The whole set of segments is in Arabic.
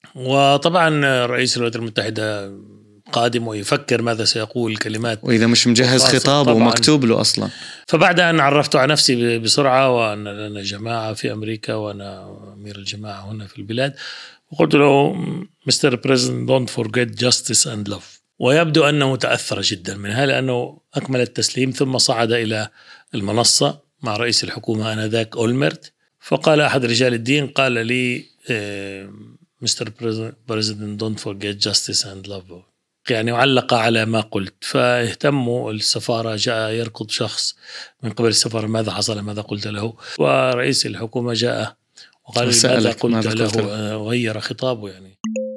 وطبعا رئيس الولايات المتحدة قادم ويفكر ماذا سيقول كلمات، وإذا مش مجهز خطابه ومكتوب له أصلا. فبعد أن عرفت على نفسي بسرعة وأن لنا جماعة في أمريكا وأنا أمير الجماعة هنا في البلاد، وقلت له Mr. President don't forget justice and love. ويبدو أنه تأثر جدا منها لأنه أكمل التسليم ثم صعد إلى المنصة مع رئيس الحكومة آنذاك أولمرت، فقال أحد رجال الدين قال لي Mr. President don't forget justice and love، يعني علق على ما قلت. فاهتموا السفارة، جاء يركض شخص من قبل السفارة ماذا حصل ماذا قلت له، ورئيس الحكومة جاء وقال ماذا قلت له، غير خطابه يعني.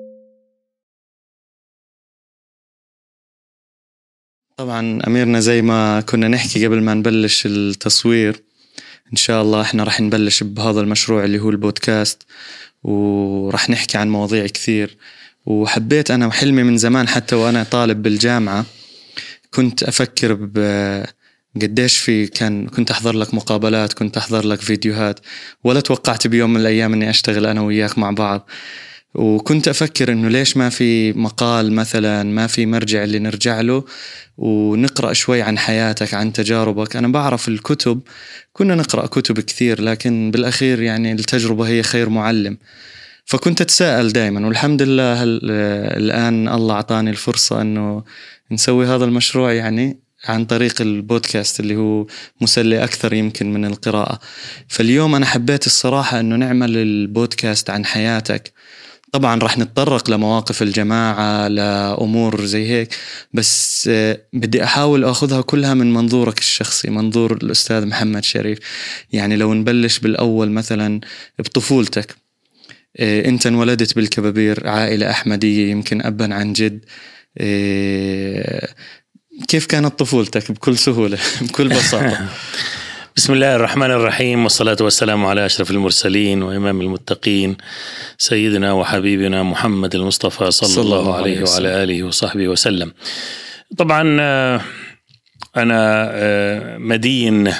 طبعا أميرنا زي ما كنا نحكي قبل ما نبلش التصوير، إن شاء الله إحنا رح نبلش بهذا المشروع اللي هو البودكاست، ورح نحكي عن مواضيع كثير. وحبيت أنا وحلمي من زمان، حتى وأنا طالب بالجامعة كنت أفكر قديش كنت أحضر لك مقابلات، كنت أحضر لك فيديوهات، ولا توقعت بيوم من الأيام أني أشتغل أنا وياك مع بعض. وكنت أفكر إنه ليش ما في مقال مثلا، ما في مرجع اللي نرجع له ونقرأ شوي عن حياتك، عن تجاربك. أنا بعرف الكتب، كنا نقرأ كتب كثير، لكن بالأخير يعني التجربة هي خير معلم. فكنت أتساءل دائما، والحمد لله الآن الله أعطاني الفرصة أنه نسوي هذا المشروع يعني عن طريق البودكاست اللي هو مسلي أكثر يمكن من القراءة. فاليوم أنا حبيت الصراحة أنه نعمل البودكاست عن حياتك. طبعا رح نتطرق لمواقف الجماعة، لأمور زي هيك، بس بدي أحاول أخذها كلها من منظورك الشخصي، منظور الأستاذ محمد شريف. يعني لو نبلش بالأول مثلا بطفولتك، أنت انولدت بالكبابير، عائلة أحمدية يمكن أبا عن جد. كيف كانت طفولتك بكل سهولة بكل بساطة؟ بسم الله الرحمن الرحيم، والصلاة والسلام على أشرف المرسلين وإمام المتقين سيدنا وحبيبنا محمد المصطفى صلى الله عليه وعلى آله وصحبه وسلم. طبعا أنا مدين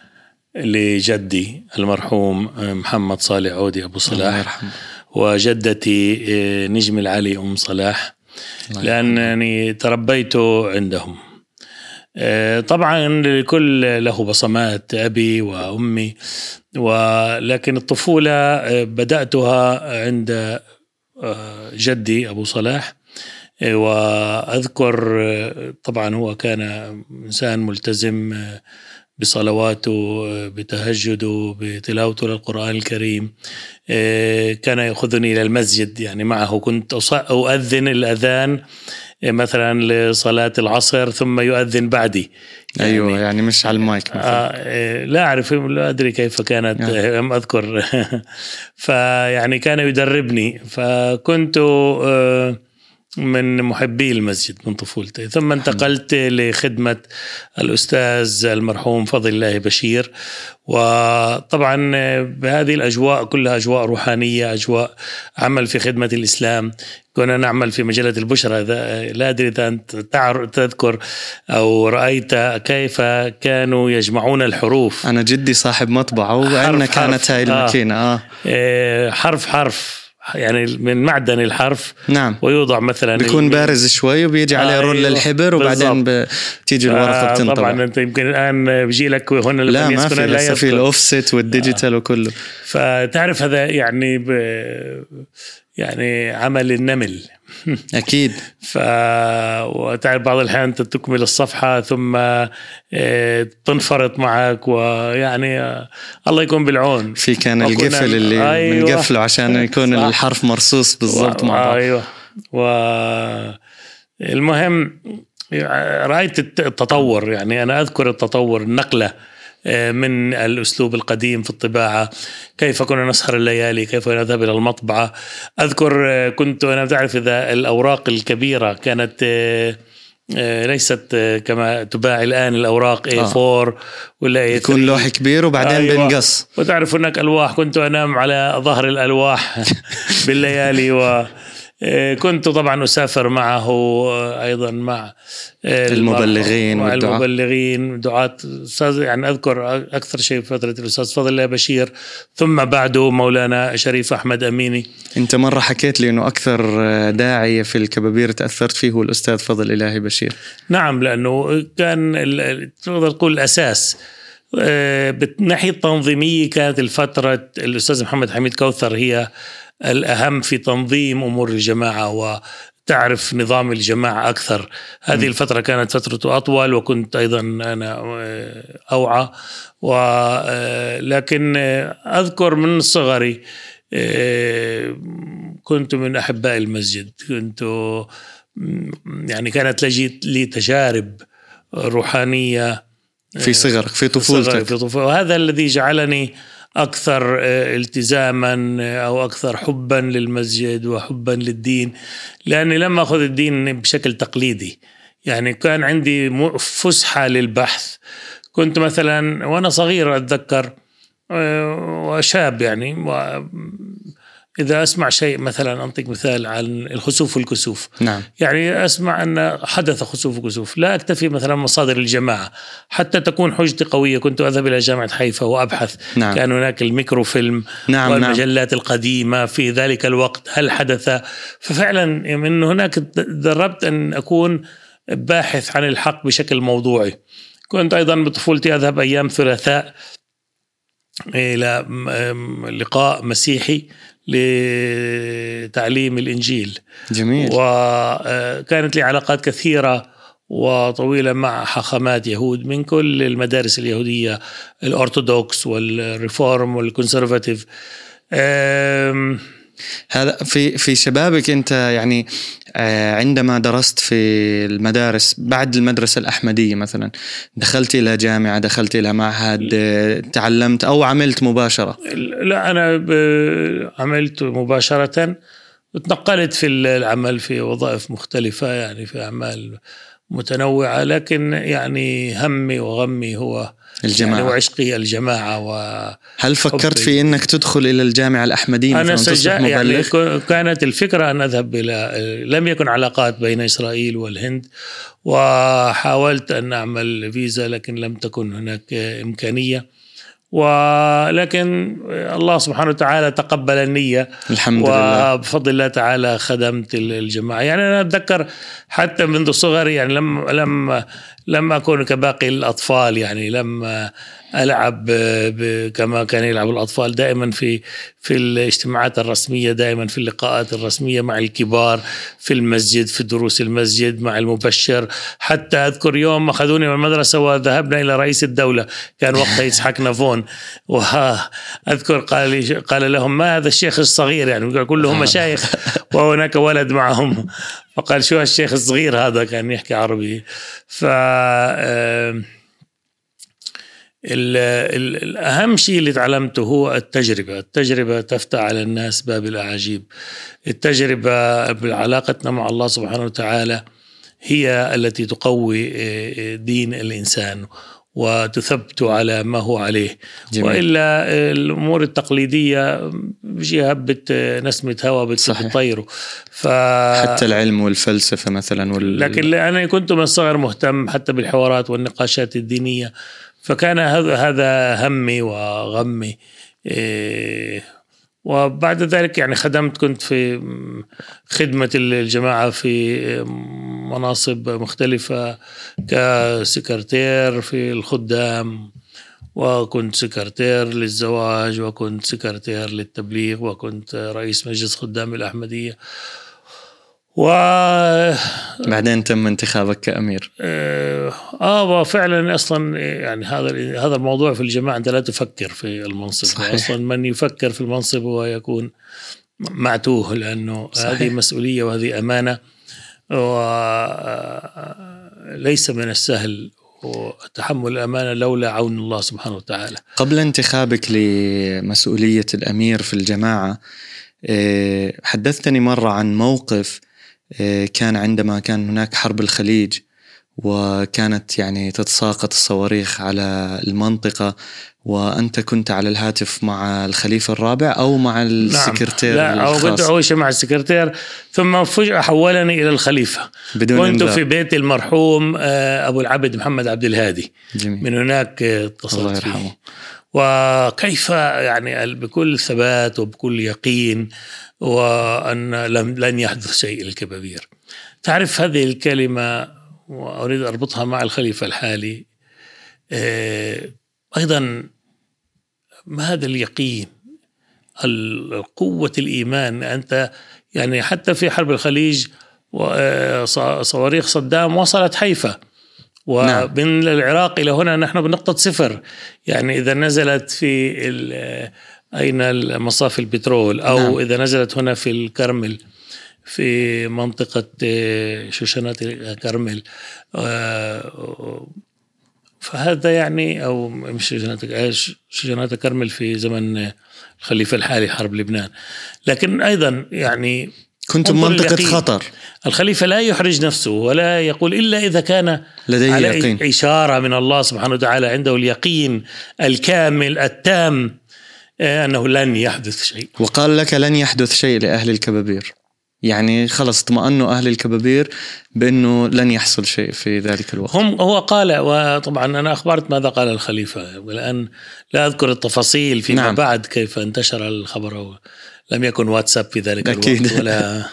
لجدي المرحوم محمد صالح عودي أبو صلاح، وجدتي نجم العلي أم صلاح، لأنني تربيت عندهم. طبعا لكل له بصمات، أبي وأمي، ولكن الطفولة بدأتها عند جدي أبو صلاح. وأذكر طبعا هو كان إنسان ملتزم بصلواته، بتهجده، بتلاوته للقرآن الكريم. كان يأخذني إلى المسجد يعني معه، كنت أؤذن الأذان مثلا لصلاة العصر ثم يؤذن بعدي يعني. أيوة يعني مش على المايك لا أعرف، لا أدري كيف كانت لم أذكر فيعني كان يدربني، فكنت من محبي المسجد من طفولتي. ثم انتقلت لخدمة الأستاذ المرحوم فضل الله بشير، وطبعا بهذه الأجواء كلها أجواء روحانية، أجواء عمل في خدمة الإسلام. كنا نعمل في مجلة البشرى، لا أدري إذا أنت تذكر أو رأيت كيف كانوا يجمعون الحروف. أنا جدي صاحب مطبعة وعندنا كانت هاي الماكينة حرف حرف، يعني من معدن الحرف. نعم. ويوضع مثلا بيكون بارز شوي وبيجي عليه رول الحبر، وبعدين بتيجي الورقة بتنطبع. طبعا أنت يمكن الآن بيجي لك هنا لا ما في، لسه في الأوفست والديجيتال وكله. فتعرف هذا يعني يعني عمل النمل أكيد. وتعرف بعض الأحيان تكمل الصفحة ثم تنفرط معك، ويعني الله يكون بالعون. في كان القفل اللي بنقفله عشان يكون الحرف مرصوص بالضبط مع بعض. أيوة. والمهم رأيت التطور، يعني أنا أذكر التطور، النقلة من الأسلوب القديم في الطباعة، كيف كنا نسهر الليالي، كيف نذهب إلى المطبعة. أذكر كنت أنا تعرف إذا الأوراق الكبيرة كانت ليست كما تباع الآن الأوراق A4 ولا يكون لوح كبير وبعدين بنقص. وتعرف هناك ألواح، كنت أنام على ظهر الألواح بالليالي كنت طبعا أسافر معه أيضا مع المبلغين دعاة أستاذ. يعني أذكر أكثر شيء فترة الأستاذ فضل الله بشير، ثم بعده مولانا شريف أحمد أميني. أنت مرة حكيت لي أنه أكثر داعية في الكبابير تأثرت فيه هو الأستاذ فضل إلهي بشير. نعم، لأنه كان تقدر تقول الأساس. بالناحية التنظيمية كانت الفترة الأستاذ محمد حميد كوثر هي الأهم في تنظيم أمور الجماعة وتعرف نظام الجماعة أكثر. هذه الفترة كانت فترته أطول، وكنت أيضا أنا أوعى. لكن أذكر من صغري كنت من أحباء المسجد. يعني كانت لي تجارب روحانية في صغرك، في طفولتك. وهذا الذي جعلني أكثر التزاما أو أكثر حبا للمسجد وحبا للدين، لأني لم أخذ الدين بشكل تقليدي. يعني كان عندي فسحة للبحث. كنت مثلا وأنا صغير أتذكر وشاب، يعني إذا أسمع شيء، مثلا أنطيك مثال عن الخسوف والكسوف. نعم. يعني أسمع أن حدث خسوف وكسوف، لا أكتفي مثلا مصادر الجماعة حتى تكون حجتي قوية. كنت أذهب إلى جامعة حيفا وأبحث. نعم. كان هناك الميكروفيلم. نعم. والمجلات القديمة في ذلك الوقت هل حدث. ففعلا من هناك دربت أن أكون باحث عن الحق بشكل موضوعي. كنت أيضا بطفولتي أذهب أيام ثلاثاء إلى لقاء مسيحي لتعليم الإنجيل. جميل. وكانت لي علاقات كثيرة وطويلة مع حاخامات يهود من كل المدارس اليهودية، الأرثوذكس والريفورم والكونسرفاتيف. هذا في شبابك أنت، يعني عندما درست في المدارس بعد المدرسة الأحمدية مثلا، دخلت إلى جامعة، دخلت إلى معهد، تعلمت أو عملت مباشرة؟ لا، أنا عملت مباشرة. تنقلت في العمل في وظائف مختلفة، يعني في أعمال متنوعة، لكن يعني همي وغمي هو الجماعة، يعني وعشقي الجماعة. هل فكرت في أنك تدخل إلى الجامعة الأحمدية؟ أنا يعني كانت الفكرة أن أذهب إلى، لم يكن علاقات بين إسرائيل والهند، وحاولت أن أعمل فيزا لكن لم تكن هناك إمكانية. ولكن الله سبحانه وتعالى تقبل النية، الحمد لله، وبفضل الله تعالى خدمت الجماعة. يعني أنا أتذكر حتى منذ صغري، يعني لم أكون كباقي الأطفال، يعني لم ألعب كما كان يلعب الأطفال، دائما في الاجتماعات الرسمية، دائما في اللقاءات الرسمية مع الكبار، في المسجد، في دروس المسجد مع المبشر. حتى أذكر يوم أخذوني من المدرسة وذهبنا إلى رئيس الدولة، كان وقتها يسحق نافون، وأذكر قال لهم: ما هذا الشيخ الصغير؟ يعني كلهم مشايخ وهناك ولد معهم. فقال: شو هالشيخ الصغير هذا؟ كان يحكي عربي. الأهم شيء اللي تعلمته هو التجربة تفتح على الناس باب الأعاجيب. التجربة بعلاقتنا مع الله سبحانه وتعالى هي التي تقوي دين الإنسان وتثبت على ما هو عليه. جميل. وإلا الأمور التقليدية بيجي هبت نسمة هوا بتطيره. حتى العلم والفلسفة مثلا لكن أنا كنت من الصغر مهتم حتى بالحوارات والنقاشات الدينية، فكان هذا همي وغمي. وبعد ذلك يعني كنت في خدمة الجماعة في مناصب مختلفة، كسكرتير في الخدام، وكنت سكرتير للزواج، وكنت سكرتير للتبليغ، وكنت رئيس مجلس خدام الأحمدية. بعدين تم انتخابك كأمير. وفعلا أصلا يعني هذا الموضوع في الجماعة، أنت لا تفكر في المنصب. صحيح. أصلا من يفكر في المنصب هو يكون معتوه، لأنه صحيح. هذه مسؤولية وهذه أمانة، وليس من السهل وتحمل الأمانة لولا عون الله سبحانه وتعالى. قبل انتخابك لمسؤولية الأمير في الجماعة، حدثتني مرة عن موقف كان عندما كان هناك حرب الخليج، وكانت يعني تتساقط الصواريخ على المنطقة، وأنت كنت على الهاتف مع الخليفة الرابع أو مع السكرتير؟ نعم. لا، كنت أول شيء مع السكرتير، ثم فجأة حولني إلى الخليفة. كنت في بيت المرحوم أبو العبد محمد عبد الهادي. جميل. من هناك اتصلت فيه، وكيف يعني بكل ثبات وبكل يقين، وأن لن يحدث شيء الكبابير. تعرف هذه الكلمة، وأريد أربطها مع الخليفة الحالي أيضا، ما هذا اليقين، القوة الإيمان. أنت يعني حتى في حرب الخليج صواريخ صدام وصلت حيفا، ومن العراق إلى هنا نحن بنقطة صفر. يعني إذا نزلت في أين مصافي البترول، أو إذا نزلت هنا في الكرمل في منطقة شوشنات الكرمل، فهذا يعني، أو مش شوشنات الكرمل في زمن الخليفة الحالي حرب لبنان. لكن أيضا يعني كنتم منطقة خطر. الخليفة لا يحرج نفسه ولا يقول إلا إذا كان لديه يقين، إشارة من الله سبحانه وتعالى، عنده اليقين الكامل التام أنه لن يحدث شيء. وقال لك لن يحدث شيء لأهل الكبابير، يعني خلص اطمأنوا أهل الكبابير بأنه لن يحصل شيء في ذلك الوقت. هو قال، وطبعا أنا أخبرت ماذا قال الخليفة، والآن لا أذكر التفاصيل فيما بعد كيف انتشر الخبر، لم يكن واتساب في ذلك الوقت ولا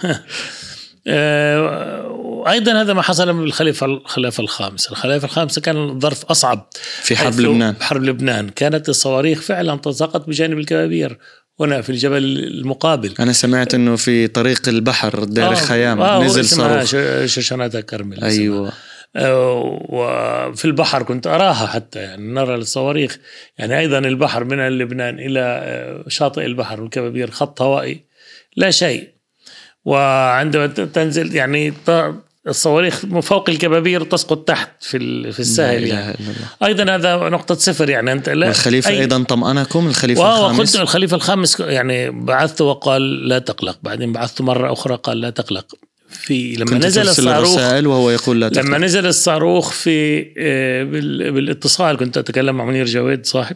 أيضا هذا ما حصل من الخليفة الخامس. الخليفة الخامس كان الظرف أصعب في حرب لبنان. حرب لبنان كانت الصواريخ فعلا تساقط بجانب الكبابير هنا في الجبل المقابل. أنا سمعت أنه في طريق البحر دير الخيام نزل صاروخ شوشنات الكرمل. أيوة. وفي البحر كنت أراها، حتى يعني نرى الصواريخ. يعني أيضا البحر من لبنان إلى شاطئ البحر والكبابير خط هوائي لا شيء، وعندما تنزل يعني الصواريخ فوق الكبابير تسقط تحت في الساحل. يعني أيضا هذا نقطة صفر. يعني أنت لا، والخليفة أيضا طمأنكم الخليفة الخامس؟ الخليفة الخامس يعني بعثته وقال لا تقلق، بعدين بعثته مرة أخرى قال لا تقلق. لما نزل الصاروخ وهو يقول لا تقلق. لما نزل الصاروخ في بالاتصال كنت أتكلم مع منير جويد صاحب،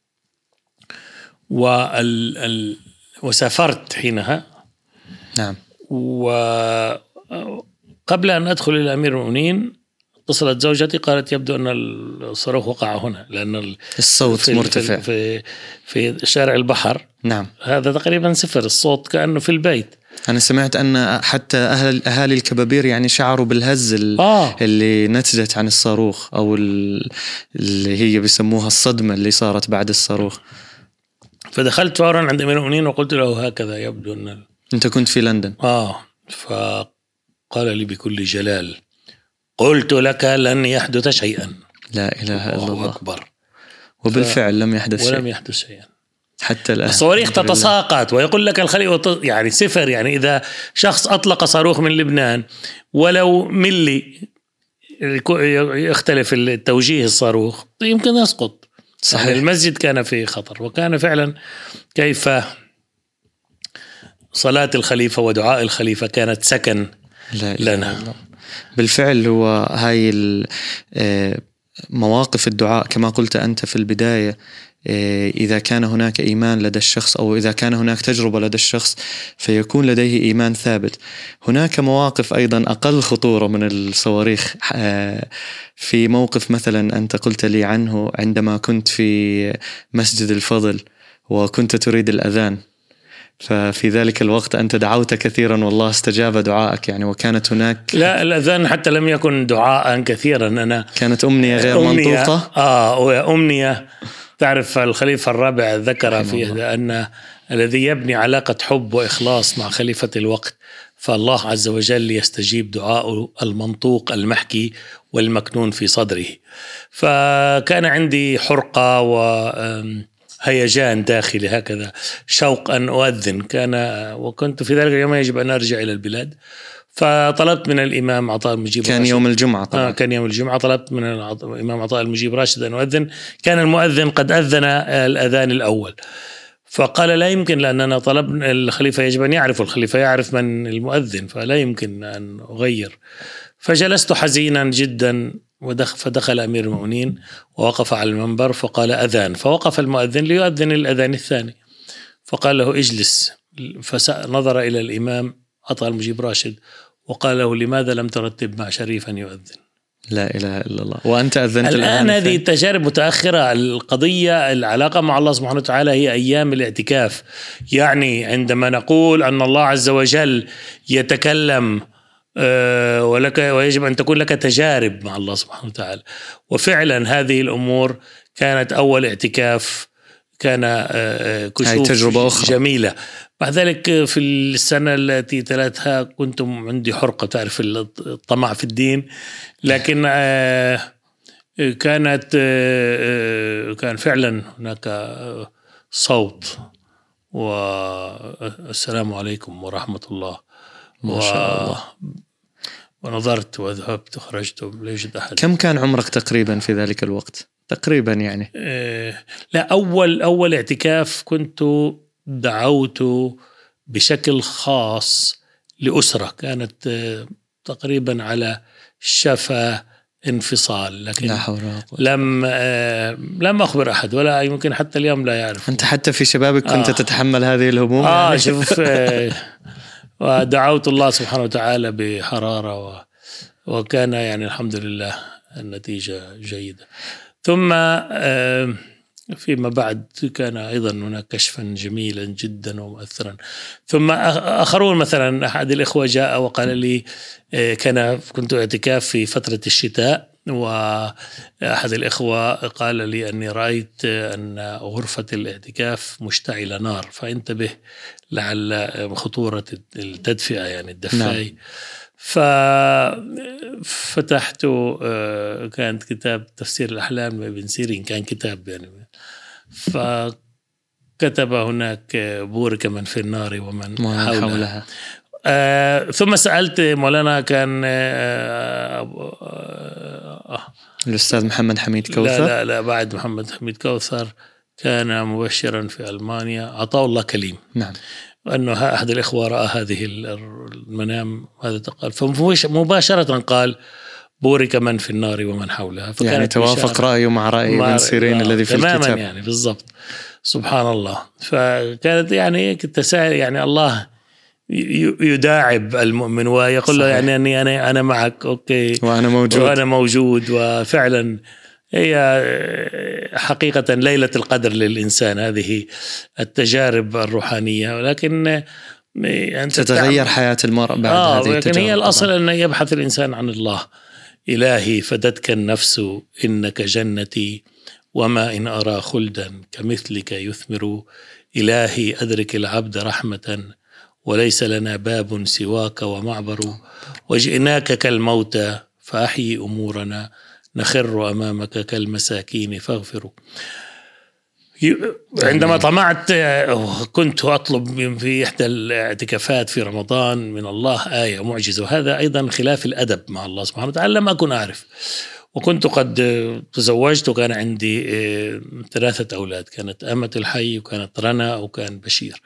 وسافرت حينها. نعم. وقبل أن أدخل إلى أمير المؤمنين اتصلت زوجتي قالت يبدو أن الصاروخ وقع هنا، لأن الصوت مرتفع في شارع البحر. نعم. هذا تقريبا صفر، الصوت كأنه في البيت. أنا سمعت أن حتى أهالي الكبابير يعني شعروا بالهز اللي نتجت عن الصاروخ، أو اللي هي بيسموها الصدمة اللي صارت بعد الصاروخ. فدخلت فورا عند أمير المؤمنين وقلت له هكذا يبدو أن أنت كنت في لندن. فقال لي بكل جلال قلت لك لن يحدث شيئا. لا إله إلا الله أكبر. وبالفعل لم يحدث ولم يحدث شيئا حتى الآن. الصواريخ تتساقط ويقول لك الخليفة يعني صفر. يعني إذا شخص أطلق صاروخ من لبنان ولو ملي يختلف التوجيه الصاروخ يمكن يسقط. صحيح. يعني المسجد كان في خطر، وكان فعلا كيف صلاة الخليفة ودعاء الخليفة كانت سكن لنا. بالفعل هو هاي مواقف الدعاء كما قلت أنت في البداية، إذا كان هناك إيمان لدى الشخص أو إذا كان هناك تجربة لدى الشخص فيكون لديه إيمان ثابت. هناك مواقف أيضا أقل خطورة من الصواريخ. في موقف مثلا أنت قلت لي عنه عندما كنت في مسجد الفضل وكنت تريد الأذان، ففي ذلك الوقت أنت دعوت كثيرا والله استجاب دعائك يعني، وكانت هناك لا الأذان حتى لم يكن دعاء كثيرا، أنا كانت أمنية غير منطوقة. وأمنية. تعرف الخليفة الرابع ذكر فيه أن الذي يبني علاقة حب وإخلاص مع خليفة الوقت فالله عز وجل يستجيب دعاء المنطوق المحكي والمكنون في صدره. فكان عندي حرقة وهيجان داخلي هكذا، شوق أن أؤذن وكنت في ذلك اليوم يجب أن أرجع إلى البلاد. فطلبت من الإمام عطاء المجيب كان راشد. يوم الجمعة طبعا. كان يوم الجمعة. طلبت من الإمام عطاء المجيب راشد أن أؤذن. كان المؤذن قد أذن الأذان الأول، فقال لا يمكن، لأننا طلبنا الخليفة يجب أن يعرف، الخليفة يعرف من المؤذن، فلا يمكن أن أغير. فجلست حزينا جدا، فدخل أمير المؤمنين ووقف على المنبر فقال أذان، فوقف المؤذن ليؤذن الأذان الثاني، فقال له اجلس، فنظر إلى الإمام عطاء المجيب راشد وقال له لماذا لم ترتب مع شريفا يؤذن؟ لا إله إلا الله. وأنت أذنت الآن هذه التجارب متأخرة. القضية العلاقة مع الله سبحانه وتعالى هي أيام الاعتكاف. يعني عندما نقول أن الله عز وجل يتكلم ولك ويجب أن تكون لك تجارب مع الله سبحانه وتعالى، وفعلا هذه الأمور كانت أول اعتكاف، كان كشوف تجربة أخرى جميلة. بعد ذلك في السنة التي تلتها كنت عندي حرقة، تعرف الطمع في الدين، لكن كان فعلا هناك صوت والسلام عليكم ورحمة الله ما شاء الله. ونظرت وذهبت وخرجت لا يوجد أحد. كم كان عمرك تقريبا في ذلك الوقت تقريبا يعني؟ لا، أول اعتكاف كنت دعوت بشكل خاص لأسرة كانت تقريبا على شفا انفصال، لكن لا حول ولا قوة. لم أخبر أحد، ولا يمكن حتى اليوم لا يعرف. أنت حتى في شبابك كنت تتحمل هذه الهموم يعني؟ شوف ودعوت الله سبحانه وتعالى بحرارة وكان يعني الحمد لله النتيجة جيدة. ثم فيما بعد كان أيضا هناك كشفا جميلا جدا ومؤثرا. ثم آخرون، مثلا أحد الإخوة جاء وقال لي كنت اعتكاف في فترة الشتاء، وأحد الإخوة قال لي أني رأيت أن غرفة الاعتكاف مشتعلة نار، فانتبه لعل خطورة التدفئة يعني الدفاي. ففتحت كانت كتاب تفسير الأحلام لابن سيرين، كان كتاب يعني، فكتب هناك بورك من في النار ومن حولها. ثم سألت مولانا، كان الأستاذ محمد حميد كوثر. لا بعد محمد حميد كوثر كان مبشرا في ألمانيا، عطاه الله كليم. نعم. وأنه أحد الإخوة رأى هذه المنام، هذا قال، فمباشرة قال بورك من في النار ومن حولها. يعني توافق رأيه مع رأي ابن سيرين الذي في تماما الكتاب. يعني بالضبط، سبحان الله. فكانت يعني تساهل، يعني الله يداعب المؤمن ويقول له يعني أني أنا معك، أوكي، وأنا موجود. وفعلا هي حقيقة ليلة القدر للإنسان هذه التجارب الروحانية، ولكن تتغير حياة المرء بعد هذه التجارب. لكن هي الأصل أن يبحث الإنسان عن الله. إلهي فدتك النفس إنك جنتي، وما إن أرى خلدا كمثلك يثمر. إلهي أدرك العبد رحمة، وليس لنا باب سواك ومعبر. وجئناك كالموتى فأحيي أمورنا، نخر أمامك كالمساكين فاغفروا. عندما طمعت كنت أطلب في إحدى الاعتكافات في رمضان من الله آية معجزة، وهذا أيضا خلاف الأدب مع الله سبحانه وتعالى، لم أكن أعرف. وكنت قد تزوجت وكان عندي 3 أولاد، كانت أمة الحي وكانت رنا وكان بشير.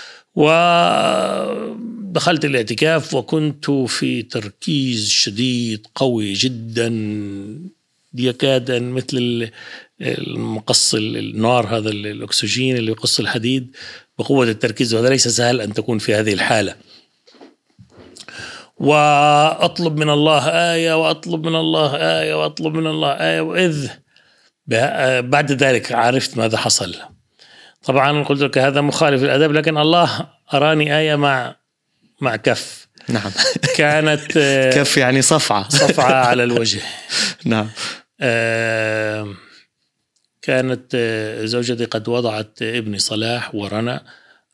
ودخلت الاعتكاف وكنت في تركيز شديد قوي جدا، يكاد مثل المقص النار، هذا الأكسجين اللي يقص الحديد بقوة التركيز، وهذا ليس سهل أن تكون في هذه الحالة. وأطلب من الله آية وأطلب من الله آية وأطلب من الله آية، وإذ بعد ذلك عرفت ماذا حصل. طبعا قلت لك هذا مخالف للأدب، لكن الله أراني آية مع كف. نعم. كانت كف يعني صفعة على الوجه. نعم. كانت زوجتي قد وضعت ابني صلاح ورنا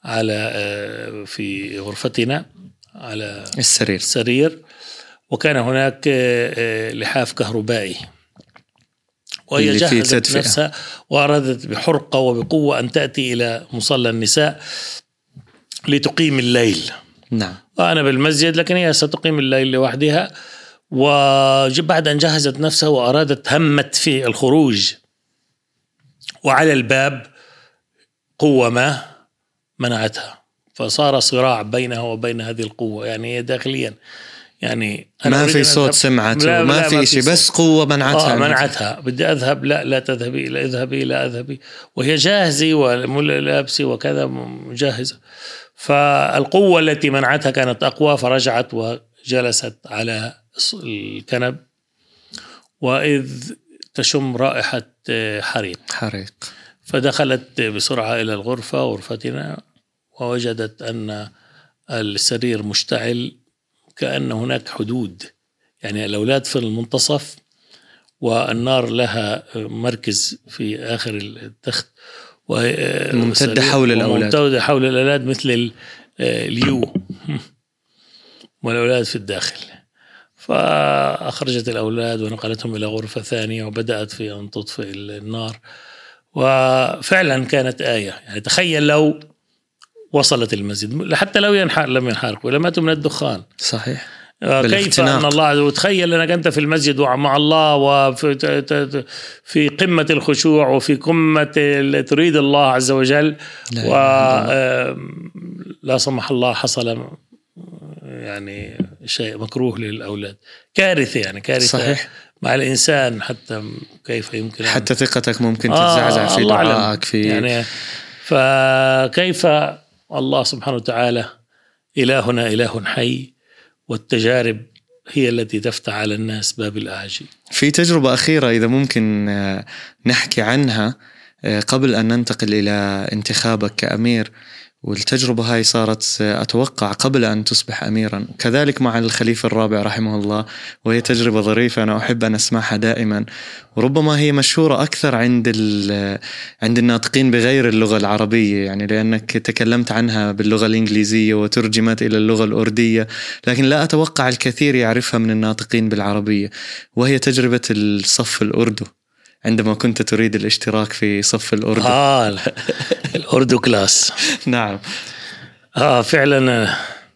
في غرفتنا على السرير، وكان هناك لحاف كهربائي، وهي جهزت نفسها وأرادت بحرقة وبقوة أن تأتي إلى مصلى النساء لتقيم الليل. نعم. وأنا بالمسجد، لكن هي ستقيم الليل لوحدها. وبعد أن جهزت نفسها وأرادت همت في الخروج، وعلى الباب قومة منعتها، فصار صراع بينها وبين هذه القوة، يعني داخليا. يعني ما في صوت سمعته، ما في شيء، بس قوة منعتها. منعتها. بدي أذهب، لا تذهبي، لا اذهبي، لا أذهبي، وهي جاهزة ولابسة وكذا مجهزة. فالقوة التي منعتها كانت أقوى، فرجعت وجلست على الكنب، وإذ تشم رائحة حريق. فدخلت بسرعة إلى غرفتنا، ووجدت أن السرير مشتعل، كأن هناك حدود، يعني الأولاد في المنتصف والنار لها مركز في آخر التخت، ممتدة حول الأولاد، ممتدة حول الأولاد مثل اليو والأولاد في الداخل. فأخرجت الأولاد ونقلتهم إلى غرفة ثانية، وبدأت في أن تطفئ النار. وفعلا كانت آية، يعني تخيل لو وصلت المسجد، حتى لو لم ينحرقوا، ولا ماتوا من الدخان. صحيح. كيف أن الله، وتخيل أنك أنت في المسجد ومع الله وفي قمة الخشوع وفي قمة تريد الله عز وجل، ولا سمح الله حصل يعني شيء مكروه للأولاد، كارثة، يعني كارثة. صحيح. مع الإنسان، حتى كيف يمكن حتى ثقتك ممكن تتزعزع في دعائك في يعني. فكيف الله سبحانه وتعالى إلهنا إله حي، والتجارب هي التي تفتح على الناس باب الأعاجيب. في تجربة أخيرة إذا ممكن نحكي عنها قبل أن ننتقل إلى انتخابك كأمير، والتجربة هاي صارت أتوقع قبل أن تصبح أميرا، كذلك مع الخليفة الرابع رحمه الله، وهي تجربة ظريفة أنا أحب أن أسمعها دائما، وربما هي مشهورة أكثر عند الناطقين بغير اللغة العربية، يعني لأنك تكلمت عنها باللغة الإنجليزية وترجمت إلى اللغة الأردية، لكن لا أتوقع الكثير يعرفها من الناطقين بالعربية، وهي تجربة الصف الأردو، عندما كنت تريد الاشتراك في صف الأردو. الأردو كلاس. نعم. فعلا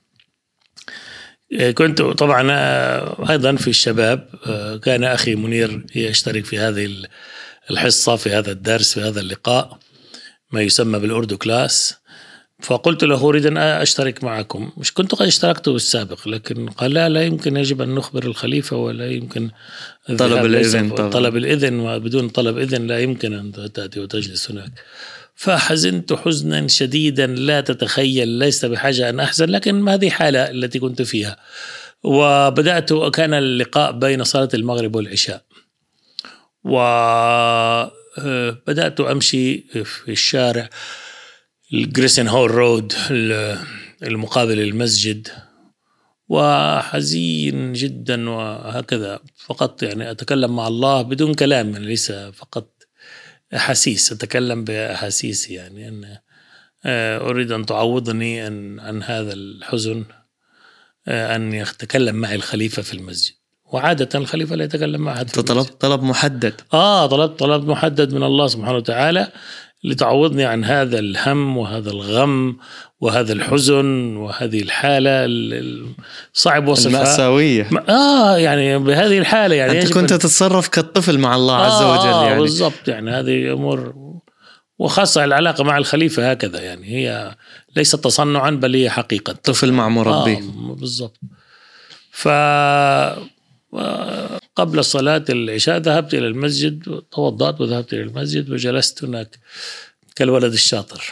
كنت طبعا أيضا في الشباب، كان أخي منير يشترك في هذه الحصة، في هذا الدرس، في هذا اللقاء، ما يسمى بالأردو كلاس. فقلت له أريد أن أشترك معكم. مش كنت قد اشتركت بالسابق، لكن قال لا يمكن، يجب أن نخبر الخليفة، ولا يمكن طلب الإذن، وبدون طلب إذن لا يمكن أن تأتي وتجلس هناك. فحزنت حزنا شديدا لا تتخيل، ليس بحاجة أن أحزن، لكن هذه حالة التي كنت فيها. كان اللقاء بين صلاة المغرب والعشاء، وبدأت أمشي في الشارع الجريسن هول رود المقابل للمسجد، وحزين جدا وهكذا، فقط يعني أتكلم مع الله بدون كلام، يعني ليس فقط أحاسيس، أتكلم بأحاسيسي، يعني أن أريد أن تعوضني عن هذا الحزن، أن يتكلم معي الخليفة في المسجد. وعادة الخليفة لا يتكلم مع أحد. طلب محدد. طلب محدد من الله سبحانه وتعالى لتعوضني عن هذا الهم وهذا الغم وهذا الحزن وهذه الحالة صعب وصفها، المأساوية. يعني بهذه الحالة، يعني أنت كنت تتصرف كالطفل مع الله عز وجل، يعني بالضبط، يعني هذه أمور، وخاصة العلاقة مع الخليفة هكذا، يعني هي ليست تصنعا بل هي حقيقة، طفل مع مربي. بالضبط. قبل صلاة العشاء ذهبت إلى المسجد، توضأت وذهبت إلى المسجد وجلست هناك كالولد الشاطر.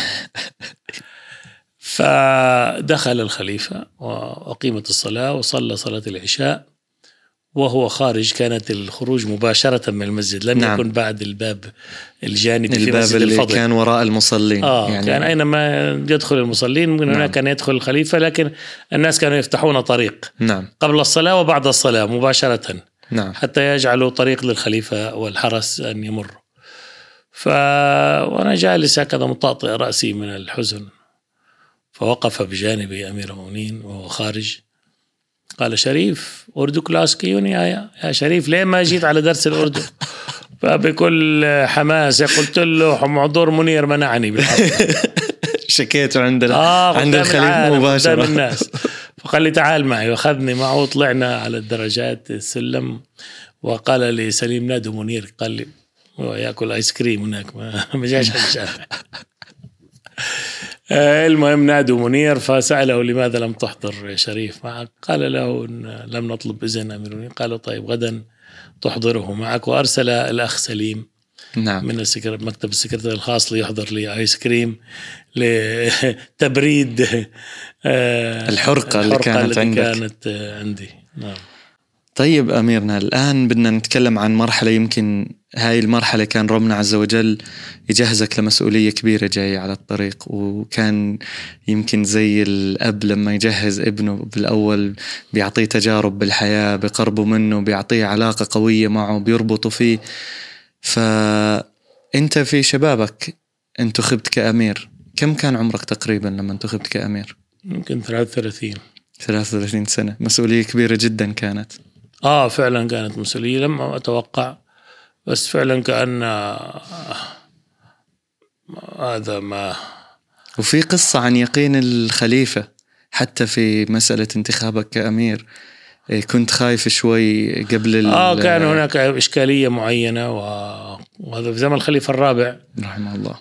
فدخل الخليفة وأقيمت الصلاة وصلى صلاة العشاء، وهو خارج، كانت الخروج مباشرة من المسجد، لم يكن بعد الباب الجانبي في مسجد اللي الفضل، كان وراء المصلين. يعني كان أينما يدخل المصلين من هناك كان يدخل الخليفة، لكن الناس كانوا يفتحون طريق قبل الصلاة وبعد الصلاة مباشرة، حتى يجعلوا طريق للخليفة والحرس أن يمر. وأنا جالس هكذا مطاطئ رأسي من الحزن، فوقف بجانبي أمير المؤمنين وهو خارج، قال: شريف، أردو كلاس كيوني يا شريف، ليه ما جيت على درس الأردو؟ فبكل حماس قلت له: معذور منير منعني بالحفل. شكيته عند الخليفة مباشرة الناس. فقال لي: تعال معي، وأخذني معه وطلعنا على الدرجات السلم، وقال لي: سليم، نادوا منير. قال لي: هو يأكل آيس كريم هناك، ما جاش على الشارع. المهم نادوا منير فسأله لماذا لم تحضر شريف معك؟ قال له لم نطلب إذن أمير المؤمنين. قالوا طيب غدا تحضره معك. وأرسل الأخ سليم نعم. من مكتب السكرتير الخاص ليحضر لي آيس كريم لتبريد الحرقة اللي كانت عندي. نعم. طيب أميرنا، الآن بدنا نتكلم عن مرحلة، يمكن هاي المرحلة كان ربنا عز وجل يجهزك لمسؤولية كبيرة جاية على الطريق. وكان يمكن زي الأب لما يجهز ابنه بالأول بيعطيه تجارب بالحياة، بقربه منه، بيعطيه علاقة قوية معه، بيربطه فيه. فأنت في شبابك انتخبت كأمير، كم كان عمرك تقريبا لما انتخبت كأمير؟ يمكن 33 سنة. مسؤولية كبيرة جدا كانت. فعلا كانت مسؤولية لم أتوقع، بس فعلا كأن هذا ما. وفي قصة عن يقين الخليفة حتى في مسألة انتخابك كأمير، كنت خايف شوي قبل كان هناك إشكالية معينة، وهذا في زمن الخليفة الرابع رحمه الله.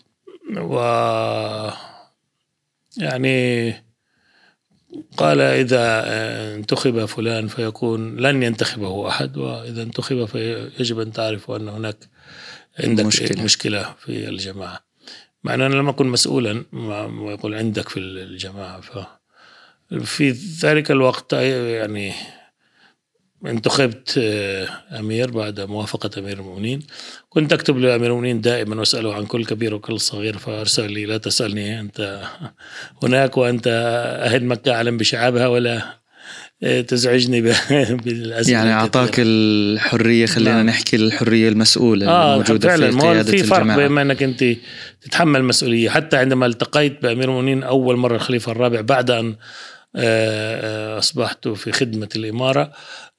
يعني قال إذا انتخب فلان فيكون لن ينتخبه أحد، وإذا انتخب فيجب أن تعرف أن هناك عندك مشكلة في الجماعة. مع أن أنا لم أكن مسؤولا ما يقول عندك في الجماعة. ففي ذلك الوقت يعني انتخبت أمير بعد موافقة أمير المؤمنين. كنت أكتب لأمير المؤمنين دائما وأسأله عن كل كبير وكل صغير، فأرسل لي لا تسألني أنت هناك وأنت أهل مكة أعلم بشعابها ولا تزعجني بالأسئلة. يعني أعطاك الحرية، خلينا نحكي الحرية المسؤولة الموجودة فعلا. في قيادة في فرق الجماعة بين أنك أنت تتحمل مسؤولية. حتى عندما التقيت بأمير المؤمنين أول مرة الخليفة الرابع بعد أن أصبحت في خدمة الإمارة،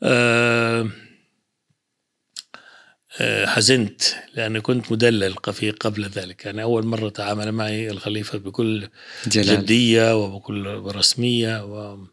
حزنت لأني كنت مدلل قبل ذلك. يعني أول مرة تعامل معي الخليفة بكل جدية وبكل رسمية،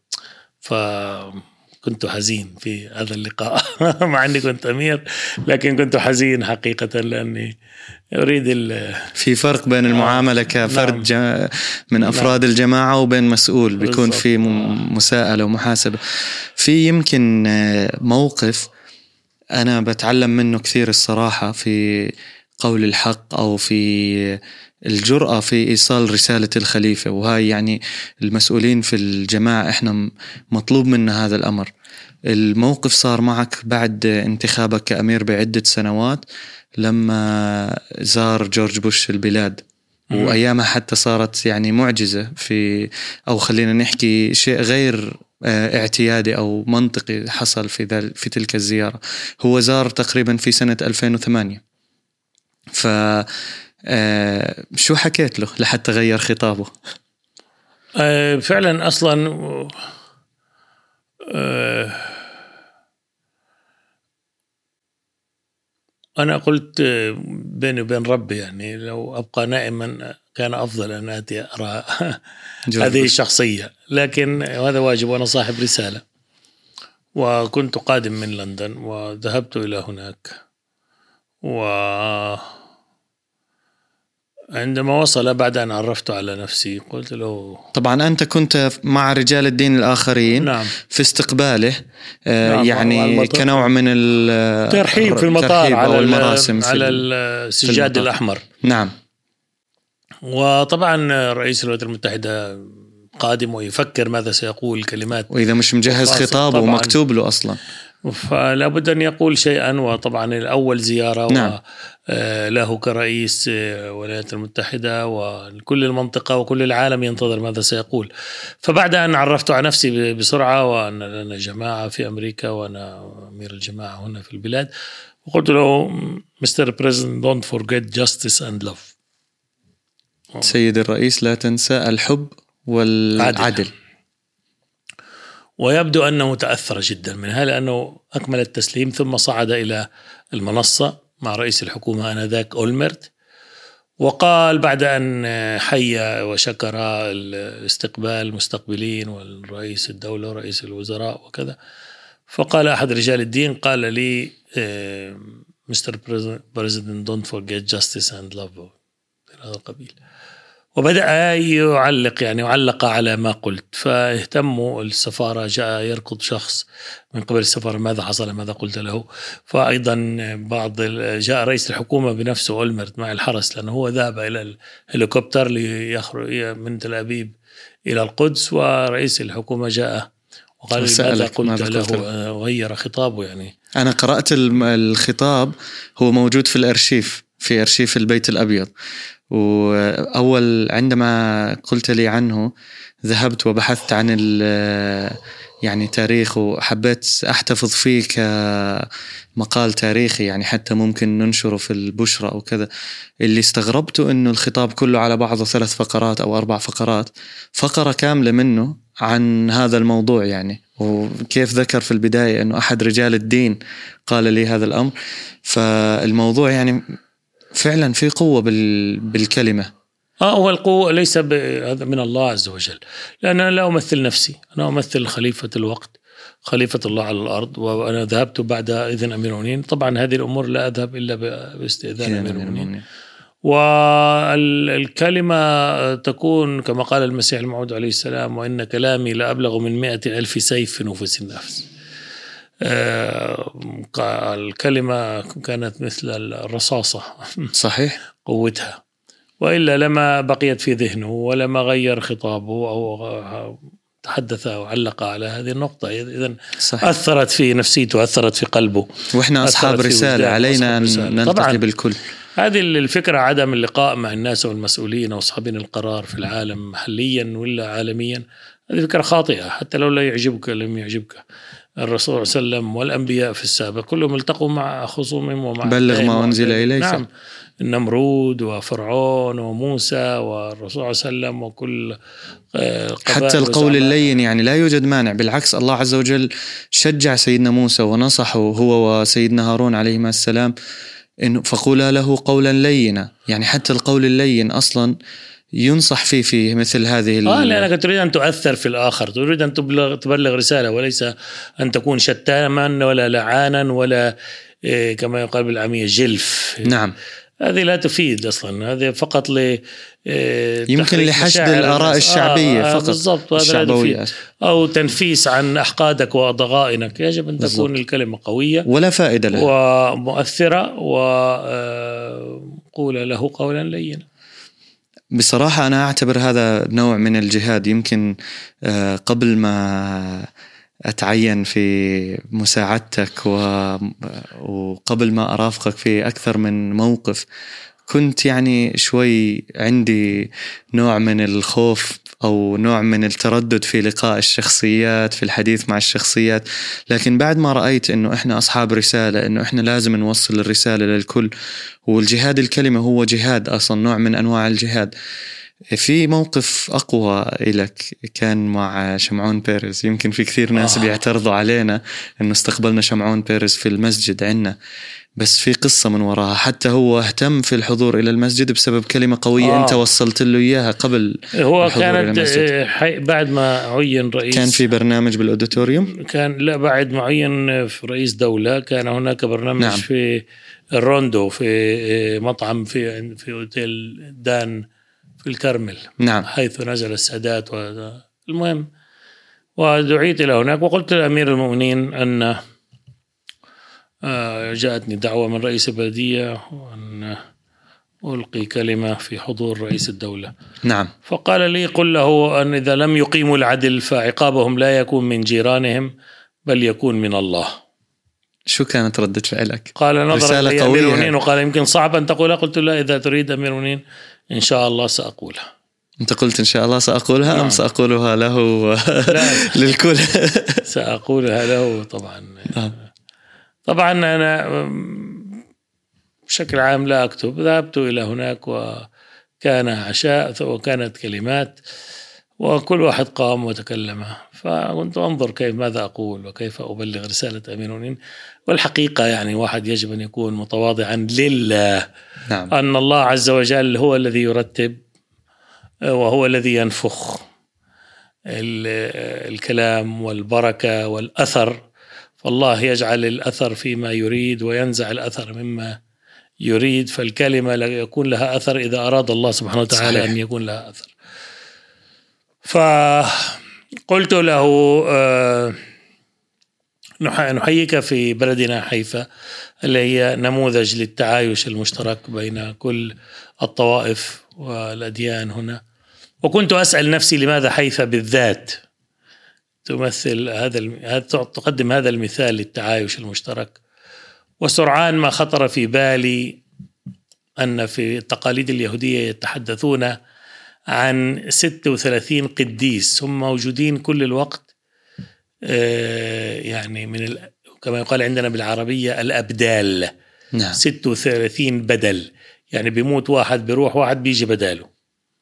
فكنت حزين في هذا اللقاء مع أني كنت أمير، لكن كنت حزين حقيقة لأني أريد في فرق بين المعاملة كفرد من أفراد الجماعة وبين مسؤول بيكون في مساءلة ومحاسبة. في يمكن موقف أنا بتعلم منه كثير الصراحة في قول الحق أو في الجرأة في إيصال رسالة الخليفة، وهاي يعني المسؤولين في الجماعة إحنا مطلوب منا هذا الأمر. الموقف صار معك بعد انتخابك كأمير بعدة سنوات لما زار جورج بوش البلاد، وأيامها حتى صارت يعني معجزة في، أو خلينا نحكي شيء غير اعتيادي أو منطقي حصل في تلك الزيارة. هو زار تقريبا في سنة 2008. شو حكيت له لحتى غير خطابه؟ فعلا أصلا أنا قلت بيني وبين ربي يعني لو أبقى نائما كان أفضل أن آتي أرى هذه الشخصية، لكن هذا واجب وأنا صاحب رسالة. وكنت قادم من لندن وذهبت إلى هناك، وعندما وصل بعد أن عرفت على نفسي قلت له، طبعا أنت كنت مع رجال الدين الآخرين. نعم. في استقباله. نعم. يعني كنوع من الترحيب في المطار على المراسم على السجاد الأحمر. نعم. وطبعا رئيس الولايات المتحدة قادم ويفكر ماذا سيقول كلمات، وإذا مش مجهز خطابه ومكتوب له أصلا، فلا بد أن يقول شيئا. وطبعا الأول زيارة. نعم. له كرئيس الولايات المتحدة وكل المنطقة وكل العالم ينتظر ماذا سيقول. فبعد أن عرفت على نفسي بسرعة وأن لنا جماعة في أمريكا وأنا أمير الجماعة هنا في البلاد، وقلت له Mr. President, don't forget justice and love. سيد الرئيس لا تنسى الحب والعدل. ويبدو أنه تأثر جدا منها لأنه أكمل التسليم ثم صعد إلى المنصة مع رئيس الحكومة آنذاك أولمرت، وقال بعد أن حيا وشكر الاستقبال المستقبلين والرئيس الدولة ورئيس الوزراء وكذا، فقال أحد رجال الدين قال لي Mr. President, don't forget justice and love، هذا القبيل. وبدأ يعلق على ما قلت. فاهتموا السفارة، جاء يركض شخص من قبل السفارة: ماذا حصل؟ ماذا قلت له؟ فأيضا جاء رئيس الحكومة بنفسه أولمرت مع الحرس، لأنه هو ذهب إلى الهليكوبتر ليخرج من تل أبيب إلى القدس، ورئيس الحكومة جاء وقال: ماذا قلت له؟ غير خطابه. يعني أنا قرأت الخطاب، هو موجود في الأرشيف، في أرشيف البيت الأبيض. وأول عندما قلت لي عنه ذهبت وبحثت عن يعني تاريخه، وحبيت أحتفظ فيه كمقال تاريخي، يعني حتى ممكن ننشره في البشرة أو كذا. اللي استغربته إنه الخطاب كله على بعضه 3 فقرات أو 4 فقرات، فقرة كاملة منه عن هذا الموضوع يعني، وكيف ذكر في البداية إنه أحد رجال الدين قال لي هذا الأمر. فالموضوع يعني فعلا في قوة بالكلمة. هو القوة ليس هذا من الله عز وجل، لأن أنا لا أمثل نفسي، أنا أمثل خليفة الوقت، خليفة الله على الأرض. وأنا ذهبت بعد إذن أمير المؤمنين. طبعا هذه الأمور لا أذهب إلا باستئذان أمير المؤمنين. والكلمة تكون كما قال المسيح الموعود عليه السلام: وإن كلامي لأبلغ من 100,000 سيف في نفوس النفس. الكلمة كانت مثل الرصاصة، صحيح، قوتها، وإلا لما بقيت في ذهنه ولما غير خطابه أو تحدث أو علق على هذه النقطة. إذن أثرت في نفسيته، أثرت في قلبه. وإحنا أصحاب رسالة، علينا أن نلتقي بالكل. هذه الفكرة، عدم اللقاء مع الناس والمسؤولين وأصحابين القرار في العالم محليا ولا عالميا، هذه فكرة خاطئة. حتى لو لا يعجبك لم يعجبك. الرسول صلى الله عليه وسلم والأنبياء في السابق كلهم التقوا مع خصومهم ومع بلغ ما أنزل إليك. نعم، النمرود وفرعون وموسى والرسول صلى الله عليه وسلم وكل حتى القول اللين، يعني لا يوجد مانع. بالعكس، الله عز وجل شجع سيدنا موسى ونصحه هو وسيدنا هارون عليهما السلام إنه فقولا له قولا لينا. يعني حتى القول اللين أصلا ينصح فيه مثل هذه لأنك تريد أن تؤثر في الآخر، تريد أن تبلغ رسالة، وليس أن تكون شتاما ولا لعانا ولا كما يقال بالعامية جلف. نعم، هذه لا تفيد أصلا، هذه فقط يمكن لحشد الآراء الشعبية فقط، بالضبط، الشعبوية، أو تنفيس عن أحقادك وضغائنك. يجب أن تكون الكلمة قوية ولا فائدة لها ومؤثرة، وقول له قولا لينا. بصراحة أنا أعتبر هذا نوع من الجهاد. يمكن قبل ما أتعين في مساعدتك وقبل ما أرافقك في أكثر من موقف، كنت يعني شوي عندي نوع من الخوف أو نوع من التردد في لقاء الشخصيات، في الحديث مع الشخصيات. لكن بعد ما رأيت إنه إحنا أصحاب رسالة، إنه إحنا لازم نوصل الرسالة للكل، والجهاد الكلمة هو جهاد أصلا، نوع من أنواع الجهاد. في موقف أقوى إلك كان مع شمعون بيرز. يمكن في كثير ناس بيعترضوا علينا إنه استقبلنا شمعون بيرز في المسجد عنا، بس في قصة من وراها. حتى هو اهتم في الحضور إلى المسجد بسبب كلمة قوية أنت وصلت له إياها قبل هو كانت بعد ما عين رئيس، كان في برنامج بالأوديتوريوم، كان لا بعد ما عين في رئيس دولة كان هناك برنامج. نعم. في الروندو، في مطعم في أوتيل دان في الكرمل. نعم. حيث نزل السادات المهم، ودعيت إلى هناك وقلت لأمير المؤمنين أن جاءتني دعوة من رئيس البلدية أن ألقي كلمة في حضور رئيس الدولة. نعم. فقال لي: قل له أن إذا لم يقيموا العدل فعقابهم لا يكون من جيرانهم بل يكون من الله. شو كانت ردة فعلك؟ قال: نظر إلي أمير المؤمنين وقال: يمكن صعب أن تقولها. قلت: لا، إذا تريد أمير المؤمنين إن شاء الله سأقولها. أنت قلت إن شاء الله سأقولها. نعم. أم سأقولها له للكل؟ سأقولها له طبعا. نعم. طبعا أنا بشكل عام لا أكتب. ذهبت إلى هناك وكان عشاء وكانت كلمات وكل واحد قام وتكلم، فكنت أنظر كيف ماذا أقول وكيف أبلغ رسالة أمير المؤمنين. والحقيقة يعني واحد يجب أن يكون متواضعا لله. نعم. أن الله عز وجل هو الذي يرتب وهو الذي ينفخ الكلام والبركة والأثر. فالله يجعل الأثر فيما يريد وينزع الأثر مما يريد، فالكلمة يكون لها أثر إذا أراد الله سبحانه وتعالى صحيح. أن يكون لها أثر. فقلت له نحييك في بلدنا حيفا، اللي هي نموذج للتعايش المشترك بين كل الطوائف والأديان هنا. وكنت أسأل نفسي لماذا حيفا بالذات تقدم هذا المثال للتعايش المشترك. وسرعان ما خطر في بالي أن في التقاليد اليهودية يتحدثون عن 36 قديس هم موجودين كل الوقت، يعني كما يقال عندنا بالعربية الأبدال. نعم. 36 بدل، يعني بيموت واحد بيروح واحد بيجي بداله.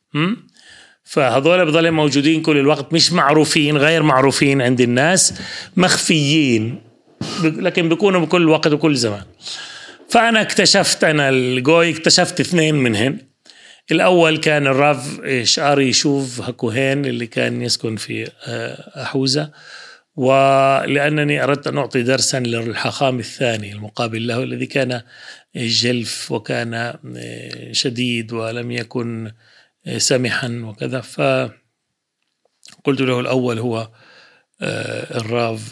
فهذول بضلوا موجودين كل الوقت، مش معروفين، غير معروفين عند الناس، مخفيين، لكن بيكونوا بكل وقت وكل زمان. فأنا اكتشفت اكتشفت 2 منهن. الأول كان الراف شعاري شوف هكوهين اللي كان يسكن في أحوزة، ولأنني أردت أن أعطي درسا للحاخام الثاني المقابل له الذي كان جلف وكان شديد ولم يكن سمحا وكذا. فقلت له الأول هو الراف